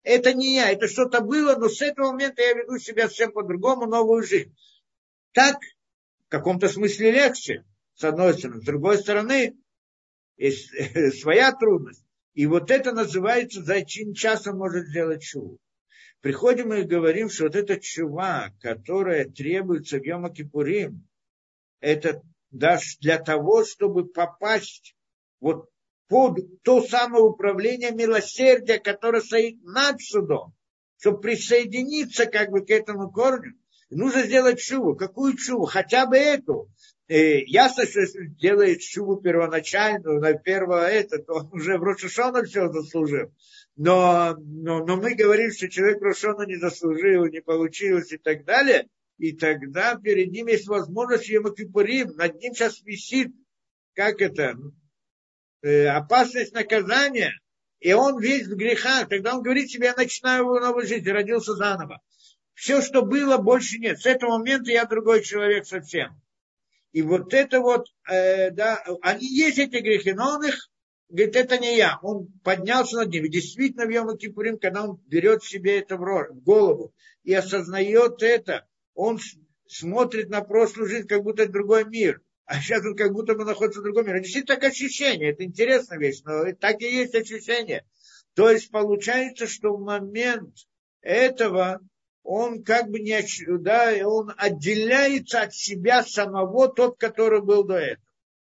A: Это не я, это что-то было, но с этого момента я веду себя совсем по-другому, новую жизнь. Так в каком-то смысле легче, с одной стороны. С другой стороны, есть своя трудность. И вот это называется, за один час он может сделать чуву. Приходим и говорим, что вот эта чува, которая требуется в Йом-Кипурим, это даже для того, чтобы попасть вот под то самое управление милосердия, которое стоит над судом, чтобы присоединиться как бы к этому корню, нужно сделать чуву. Какую чуву? Хотя бы эту. Ясно, что если делает чуву первоначальную, на первое это, то он уже в Рош ха-Шана все заслужил. Но мы говорим, что человек в Рош ха-Шана не заслужил, не получилось и так далее. И тогда перед ним есть возможность Йом-Кипурим, над ним сейчас висит, как это, опасность наказания, и он весь в грехах. Тогда он говорит себе, я начинаю новую жизнь, родился заново. Все, что было, больше нет. С этого момента я другой человек совсем. И вот это вот, да, они есть эти грехи, но он их, говорит, это не я. Он поднялся над ними. Действительно, в Йом-Кипурим, когда он берет себе это в голову и осознает это, он смотрит на прошлую жизнь, как будто это другой мир. А сейчас он как будто бы находится в другом мире. Действительно, так ощущение. Это интересная вещь, но так и есть ощущение. То есть получается, что в момент этого он как бы не, да, он отделяется от себя самого, тот, который был до этого.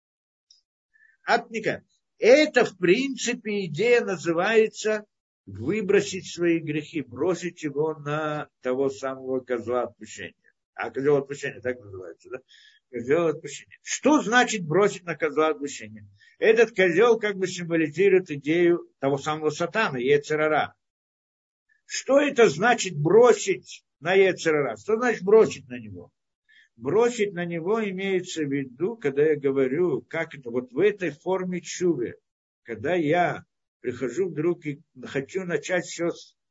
A: Это, в принципе, идея называется выбросить свои грехи, бросить его на того самого козла отпущения. А козел отпущения так называется, да? Козел отпущения. Что значит бросить на козла отпущения? Этот козел как бы символизирует идею того самого сатана, йецер ара. Что это значит бросить на йецер ара? Что значит бросить на него? Бросить на него имеется в виду, когда я говорю, как это, вот в этой форме чувы, когда я прихожу вдруг и хочу начать все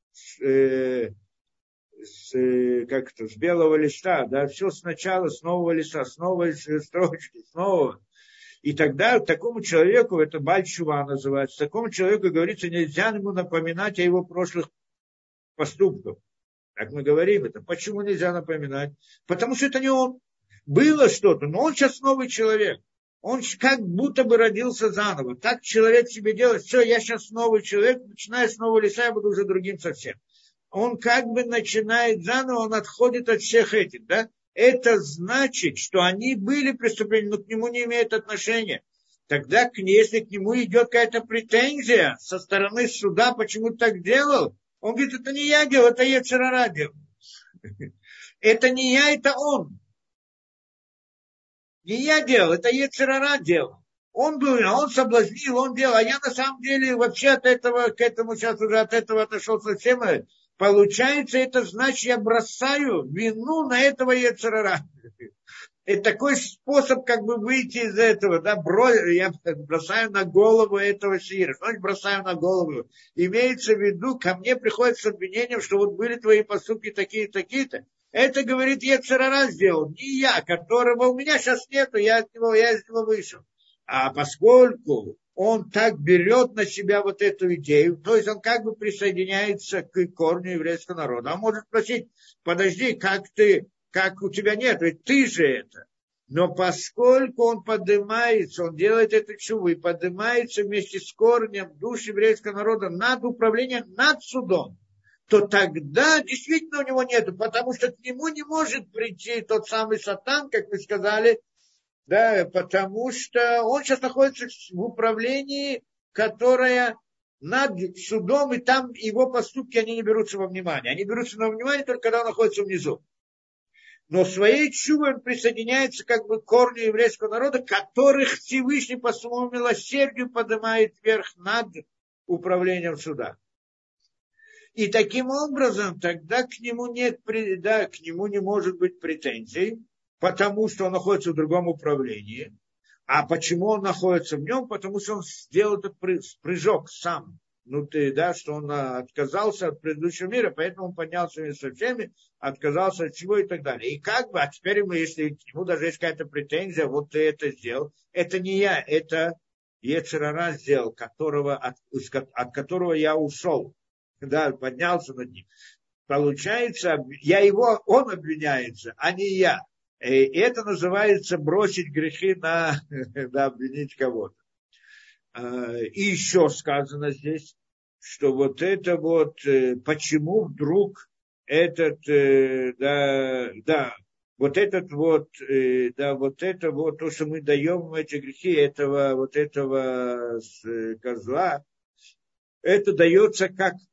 A: с белого листа, да, все сначала, с нового листа, с новой строчки, с нового. И тогда такому человеку, это баль чува называется, такому человеку, говорится, нельзя ему напоминать о его прошлых поступках. Как мы говорим это. Почему нельзя напоминать? Потому что это не он. Было что-то, но он сейчас новый человек. Он как будто бы родился заново. Так человек себе делает. Все, я сейчас новый человек, начиная с нового листа, я буду уже другим совсем. Он как бы начинает заново, он отходит от всех этих, да? Это значит, что они были преступления, но к нему не имеют отношения. Тогда, если к нему идет какая-то претензия со стороны суда, почему ты так делал, он говорит, это не я делал, это йецер ара делал. Это не я, это он. Не я делал, это йецер ара делал. Он был, он соблазнил, он делал. А я на самом деле вообще от этого, к этому сейчас уже от этого отошел совсем. Получается, это значит, я бросаю вину на этого йецер ара. Это такой способ как бы выйти из этого, да, я бросаю на голову этого сира. Что значит бросаю на голову? Имеется в виду, ко мне приходит с обвинением, что вот были твои поступки такие-то, такие-то. Это, говорит, йецер ара сделал, не я, которого у меня сейчас нету, я из него вышел. А поскольку он так берет на себя вот эту идею, то есть он как бы присоединяется к корню еврейского народа. Он может спросить, подожди, как у тебя нет, ведь ты же это. Но поскольку он поднимается, он делает эту чуву и поднимается вместе с корнем душ еврейского народа над управлением, над судом, то тогда действительно у него нету, потому что к нему не может прийти тот самый сатан, как вы сказали, да, потому что он сейчас находится в управлении, которое над судом, и там его поступки, они не берутся во внимание. Они берутся во внимание только когда он находится внизу. Но своей чувой он присоединяется как бы к корню еврейского народа, которых Всевышний по своему милосердию поднимает вверх над управлением суда. И таким образом тогда к нему к нему не может быть претензий, потому что он находится в другом управлении. А почему он находится в нем? Потому что он сделал этот прыжок сам. Что он отказался от предыдущего мира, поэтому он поднялся вместе со всеми, отказался от всего и так далее. И а теперь если к нему даже есть какая-то претензия, вот ты это сделал, это не я, это йецер ара сделал, от которого я ушел. да, поднялся над ним. Получается, он обвиняется, а не я. И это называется бросить грехи на обвинить кого-то. И еще сказано здесь, что вот это вот, почему вдруг вот это вот, то, что мы даем эти грехи этого козла, это дается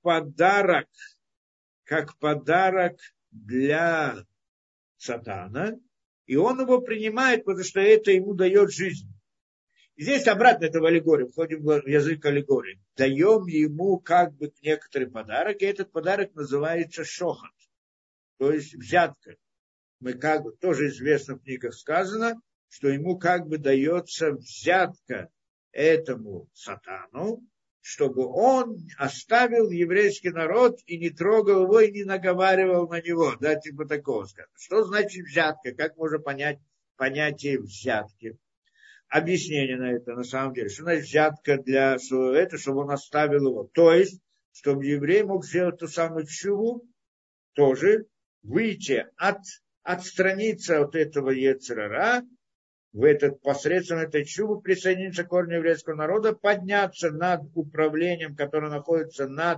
A: как подарок для сатана, и он его принимает, потому что это ему дает жизнь. И здесь обратно это в аллегорию, входим в язык аллегории. Даем ему как бы некоторый подарок, и этот подарок называется шохат, то есть взятка. Мы как бы, тоже известно в книгах сказано, что ему как бы дается взятка этому сатану, чтобы он оставил еврейский народ и не трогал его, и не наговаривал на него, да, типа такого сказано. Что значит взятка? Как можно понять понятие взятки? Объяснение на это, на самом деле. Что значит взятка чтобы он оставил его? То есть, чтобы еврей мог сделать ту самую чуву, тоже выйти, отстраниться от этого Йецер ара, посредством этой чувы присоединиться к корню еврейского народа, подняться над управлением, которое находится над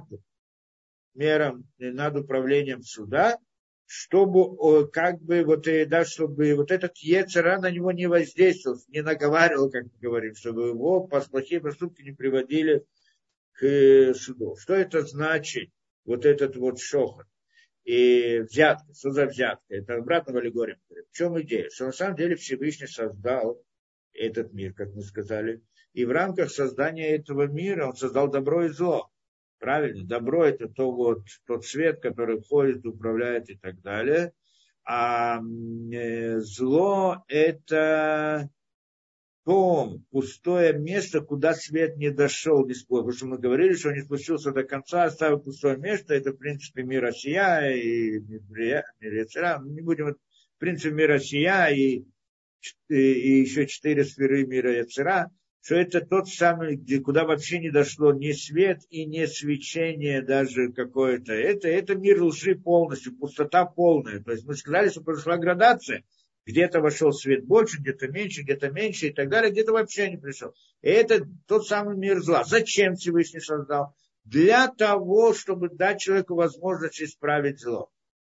A: управлением суда, чтобы чтобы вот этот Йецер ара на него не воздействовал, не наговаривал, как мы говорим, чтобы его плохие поступки не приводили к суду. Что это значит, вот этот вот шохот? И взятка, что за взятка? Это обратно в аллегории. В чем идея? Что на самом деле Всевышний создал этот мир, как мы сказали, и в рамках создания этого мира он создал добро и зло. Правильно? Добро – это тот свет, который входит, управляет и так далее. А зло – это то пустое место, куда свет не дошел без Бога. Потому что мы говорили, что он не спустился до конца, оставил пустое место. Это, в принципе, мир Осия и мир Йецер ара. Мы не будем, в принципе, мир Осия и еще 4 сферы мира Йецер ара, что это тот самый, куда вообще не дошло ни свет и ни свечение даже какое-то. Это мир лжи полностью, пустота полная. То есть мы сказали, что произошла градация. Где-то вошел свет больше, где-то меньше и так далее, где-то вообще не пришел. И это тот самый мир зла. Зачем Всевышний создал? Для того, чтобы дать человеку возможность исправить зло.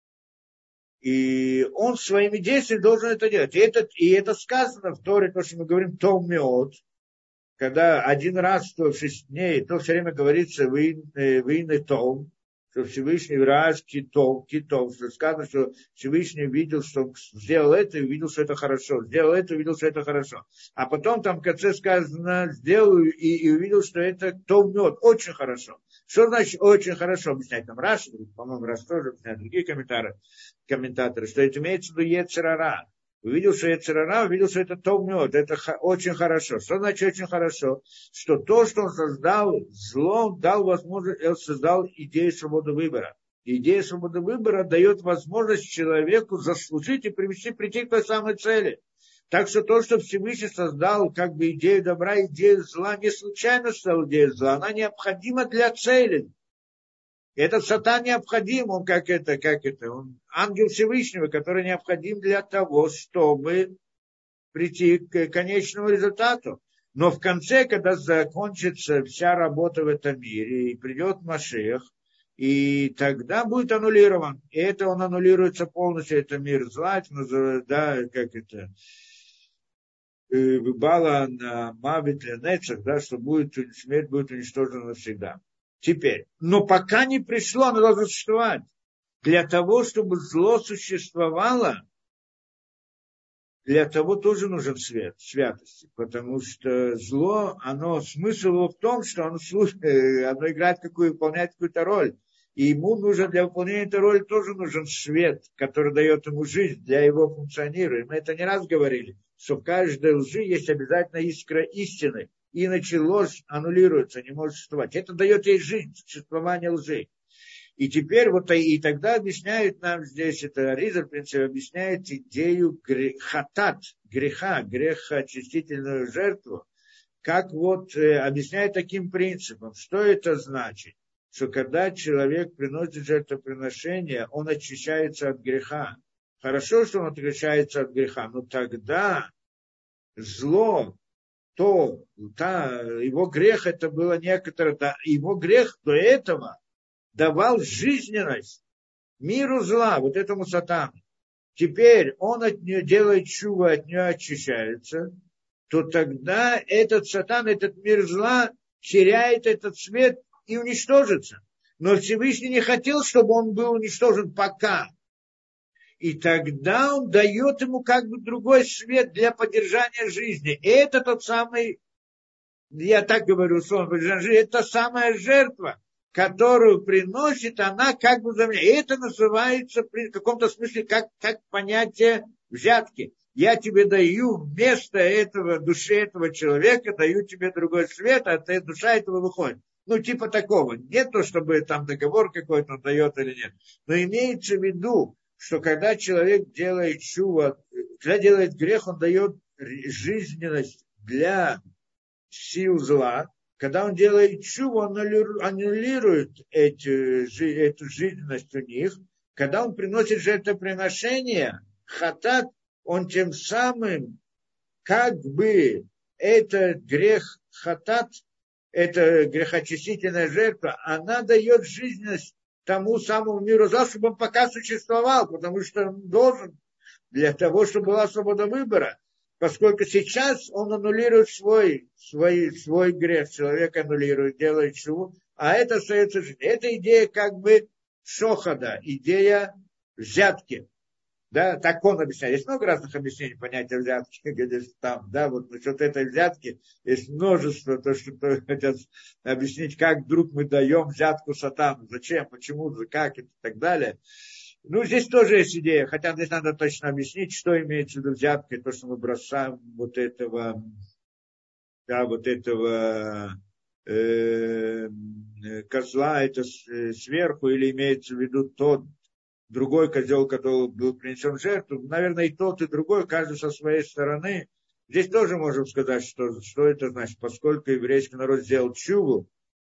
A: И он своими действиями должен это делать. И это сказано в Торе, то, что мы говорим, том меот, когда один раз, то в 6 дней, то все время говорится войны том, что Всевышний враж китов, что сказано, что Всевышний видел, что сделал это, и увидел, что это хорошо, сделал это, и увидел, что это хорошо. А потом там в конце сказано, сделал и увидел, что это том мед, очень хорошо. Что значит очень хорошо? Объясняет нам Раши, по-моему, Раши тоже объясняет, другие комментаторы, что это имеется в виду Йецер ара. Увидел, что Йецер ара, увидел, что это том мед, это очень хорошо. Что значит очень хорошо? Что то, что он создал, зло, он дал возможность, он создал идею свободы выбора. Идея свободы выбора дает возможность человеку заслужить и прийти к той самой цели. Так что то, что Всевышний создал как бы идею добра, идею зла, не случайно создал идею зла, она необходима для цели. Этот сатан необходим, он он ангел Всевышнего, который необходим для того, чтобы прийти к конечному результату. Но в конце, когда закончится вся работа в этом мире, и придет Машиах, и тогда будет аннулирован. И это он аннулируется полностью, это мир зла, выбала на Мавит Ленецах, да, что смерть будет уничтожена навсегда. Теперь, но пока не пришло, оно должно существовать. Для того, чтобы зло существовало, для того тоже нужен свет, святости. Потому что зло, смысл его в том, что оно играет выполняет какую-то роль. И ему нужно для выполнения этой роли тоже нужен свет, который дает ему жизнь для его функционирования. Мы это не раз говорили, что в каждой лжи есть обязательно искра истины. Иначе ложь аннулируется, не может существовать. Это дает ей жизнь, существование лжи. И теперь и тогда объясняют нам здесь, это Аризаль, в принципе, объясняет идею греха, очистительную жертву, как объясняет таким принципом. Что это значит? что когда человек приносит жертвоприношение, он очищается от греха. Хорошо, что он очищается от греха, но тогда зло, его грех это было некоторое, его грех до этого давал жизненность миру зла, вот этому сатану. Теперь он от нее делает чуву, от нее очищается, то тогда этот сатан, этот мир зла теряет этот свет и уничтожится. Но Всевышний не хотел, чтобы он был уничтожен пока. И тогда он дает ему как бы другой свет для поддержания жизни. И это тот самый, я так говорю, это самая жертва, которую приносит она как бы за меня. И это называется в каком-то смысле как понятие взятки. Я тебе даю вместо этого, души этого человека, даю тебе другой свет, а душа этого выходит. Ну, типа такого. Нет то, чтобы там договор какой-то он дает или нет. Но имеется в виду, что когда человек делает чува, когда делает грех, он дает жизненность для сил зла. Когда он делает чуву, он аннулирует эту жизненность у них. Когда он приносит жертвоприношение, хатат, он тем самым, как бы, этот грех хатат, эта грехочистительная жертва, она дает жизненность тому самому миру зла, чтобы он пока существовал, потому что он должен для того, чтобы была свобода выбора. Поскольку сейчас он аннулирует свой грех, человек аннулирует, делает чуву, а это остается жизнь. Это идея как бы шохада, идея взятки. Да, так он объясняет. Есть много разных объяснений понятия взятки, где там, да, вот насчет этой взятки есть множество, то, что хотят объяснить, как вдруг мы даем взятку сатану, зачем, почему, как и так далее. Ну, здесь тоже есть идея, хотя здесь надо точно объяснить, что имеется в виду взяткой, то, что мы бросаем вот этого козла, это сверху, или имеется в виду тот другой козел, который был принесен в жертву. Наверное, и тот, и другой, каждый со своей стороны. Здесь тоже можем сказать, что это значит, поскольку еврейский народ сделал чуву,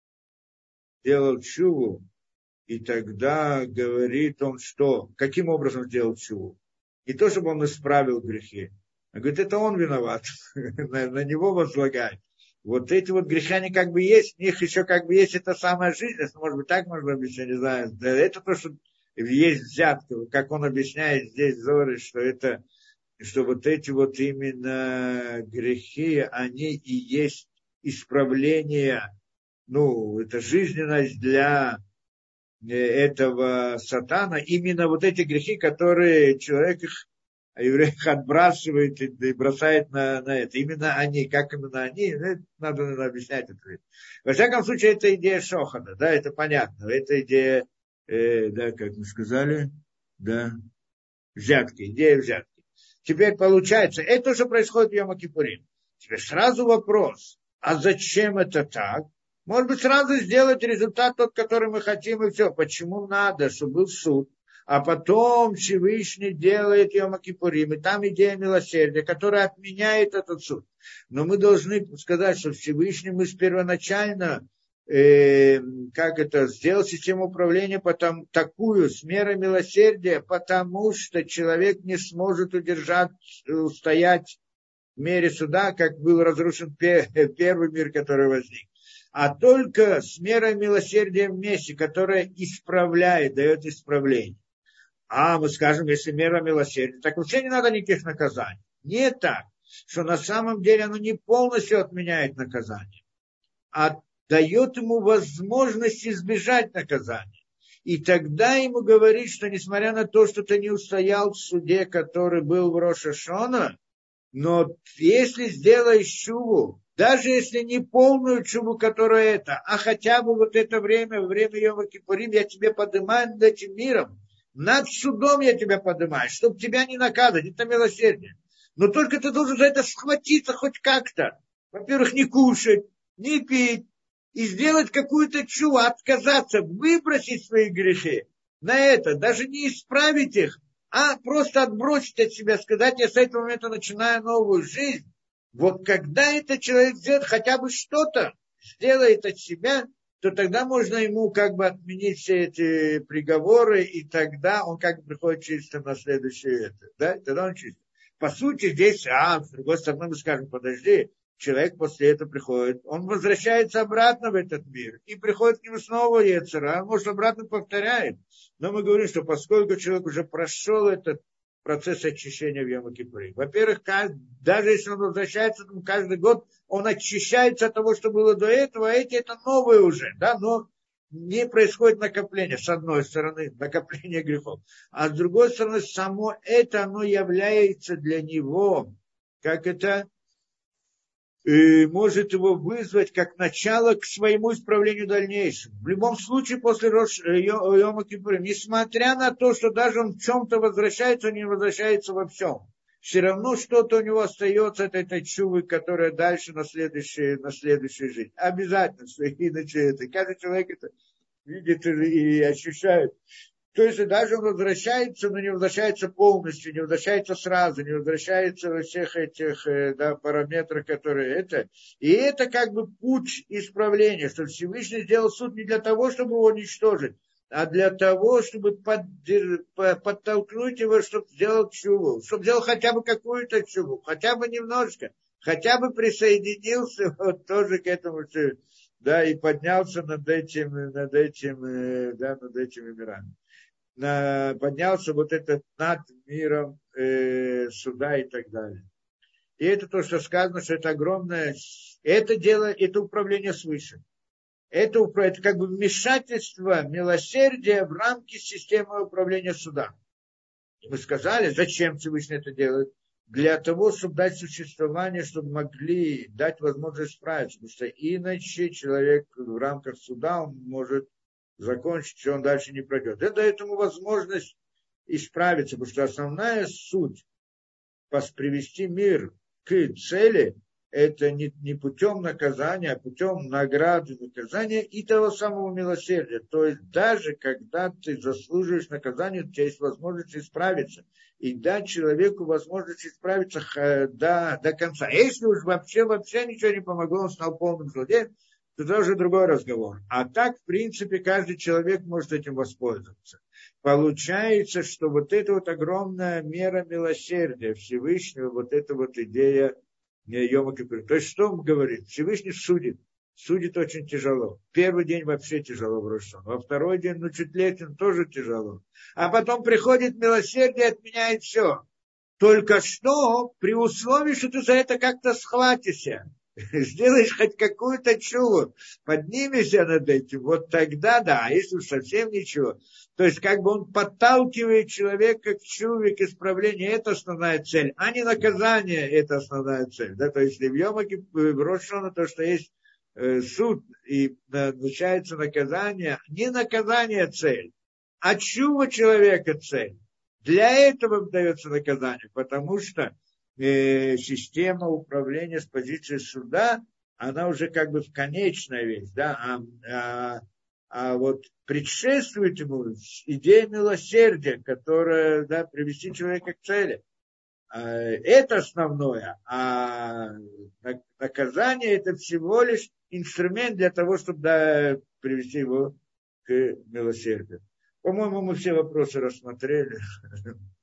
A: и тогда говорит он, что, каким образом сделал чуву. Не то, чтобы он исправил грехи. Он говорит, это он виноват, на него возлагает. Вот эти вот грехи, они как бы есть, в них еще как бы есть эта самая жизнь, может быть, так можно объяснить, не знаю. Это то, что есть взятка, как он объясняет здесь Зоры, что вот эти вот именно грехи, они и есть исправление, ну, это жизненность для этого сатана, именно вот эти грехи, которые человек еврей их отбрасывает и бросает на это. Именно они, как именно они, надо объяснять это. Во всяком случае, это идея шохада, да, это понятно. Это идея, да, как мы сказали, да, взятки, идея взятки. Теперь получается, это уже происходит в Йом-Кипурим. Теперь сразу вопрос, а зачем это так? Может быть, сразу сделать результат тот, который мы хотим, и все. Почему надо, чтобы был суд? А потом Всевышний делает Йом-Кипурим, и там идея милосердия, которая отменяет этот суд. Но мы должны сказать, что Всевышний мы первоначально сделал систему управления такую, с мерой милосердия, потому что человек не сможет устоять в мере суда, как был разрушен первый мир, который возник. А только с мерой милосердия вместе, которая исправляет, дает исправление. А мы скажем, если мера милосердия, так вообще не надо никаких наказаний. Не так, что на самом деле оно не полностью отменяет наказание, а дает ему возможность избежать наказания. И тогда ему говорит, что несмотря на то, что ты не устоял в суде, который был в Рош ха-Шана, но если сделаешь чуву, даже если не полную чуву, которая а хотя бы вот это время Йом-Кипурим, я тебе поднимаю над этим миром, над судом я тебя поднимаю, чтобы тебя не наказывать, это милосердие. Но только ты должен за это схватиться хоть как-то. Во-первых, не кушать, не пить, и сделать какую-то чуву, отказаться, выбросить свои грехи на это, даже не исправить их, а просто отбросить от себя, сказать, я с этого момента начинаю новую жизнь. Вот когда этот человек сделает хотя бы что-то, сделает от себя, то тогда можно ему как бы отменить все эти приговоры, и тогда он как бы приходит чистым на следующее это. Да? Тогда он чист. По сути, здесь, с другой стороны, мы скажем, подожди, человек после этого приходит, он возвращается обратно в этот мир, и приходит к нему снова Ецер, он может обратно повторяет. Но мы говорим, что поскольку человек уже прошел этот процесс очищения в Йом-Кипуре, во-первых, даже если он возвращается каждый год, он очищается от того, что было до этого, а эти это новые уже, да, но не происходит накопление, с одной стороны, накопление грехов, а с другой стороны, само это, оно является для него, как это, может его вызвать как начало к своему исправлению дальнейшему. В любом случае, после Йома Кипура, несмотря на то, что даже он в чем-то возвращается, он не возвращается во всем. Все равно что-то у него остается от этой чувы, которая дальше на следующую жизнь. Обязательно, что иначе это. Каждый человек это видит и ощущает. То есть даже он возвращается, но не возвращается полностью, не возвращается сразу, не возвращается во всех этих параметрах, которые это. И это как бы путь исправления, что Всевышний сделал суд не для того, чтобы его уничтожить, а для того, чтобы подтолкнуть его, чтобы сделал чуву, чтобы сделал хотя бы какую-то чуву, хотя бы немножко, хотя бы присоединился вот тоже к этому, да, и поднялся над этими мирами. Поднялся вот этот над миром суда и так далее. И это то, что сказано, что это огромное, это дело, это управление свыше. Это как бы вмешательство милосердия в рамки системы управления суда. И мы сказали, зачем Всевышний это делает? Для того, чтобы дать существование, чтобы могли дать возможность справиться. Потому что иначе человек в рамках суда, он может закончить, что он дальше не пройдет. Это дает ему возможность исправиться, потому что основная суть привести мир к цели, это не путем наказания, а путем награды наказания и того самого милосердия. То есть даже когда ты заслуживаешь наказания, у тебя есть возможность исправиться. И дать человеку возможность исправиться до конца. Если уж вообще ничего не помогло, он стал полным злодеем, то это уже другой разговор. А так, в принципе, каждый человек может этим воспользоваться. Получается, что вот эта вот огромная мера милосердия Всевышнего, вот эта вот идея Йома Кипура. То есть, что он говорит? Всевышний судит. Судит очень тяжело. Первый день вообще тяжело в Рош ха-Шана. Во второй день, чуть летом тоже тяжело. А потом приходит милосердие и отменяет все. Только что при условии, что ты за это как-то схватишься. Сделаешь хоть какую-то чуву, поднимешься над этим, вот тогда да, а если уж совсем ничего. То есть как бы он подталкивает человека к чуве, к исправлению, это основная цель, а не наказание, это основная цель. Да? То есть в Рош ха-Шана то, что есть суд и начинается наказание, не наказание цель, а чува человека цель. Для этого дается наказание, потому что система управления с позиции суда, она уже как бы в конечная вещь, да, а вот предшествует ему идея милосердия, которая, да, привести человека к цели. Это основное, а наказание это всего лишь инструмент для того, чтобы да, привести его к милосердию. По-моему, мы все вопросы рассмотрели.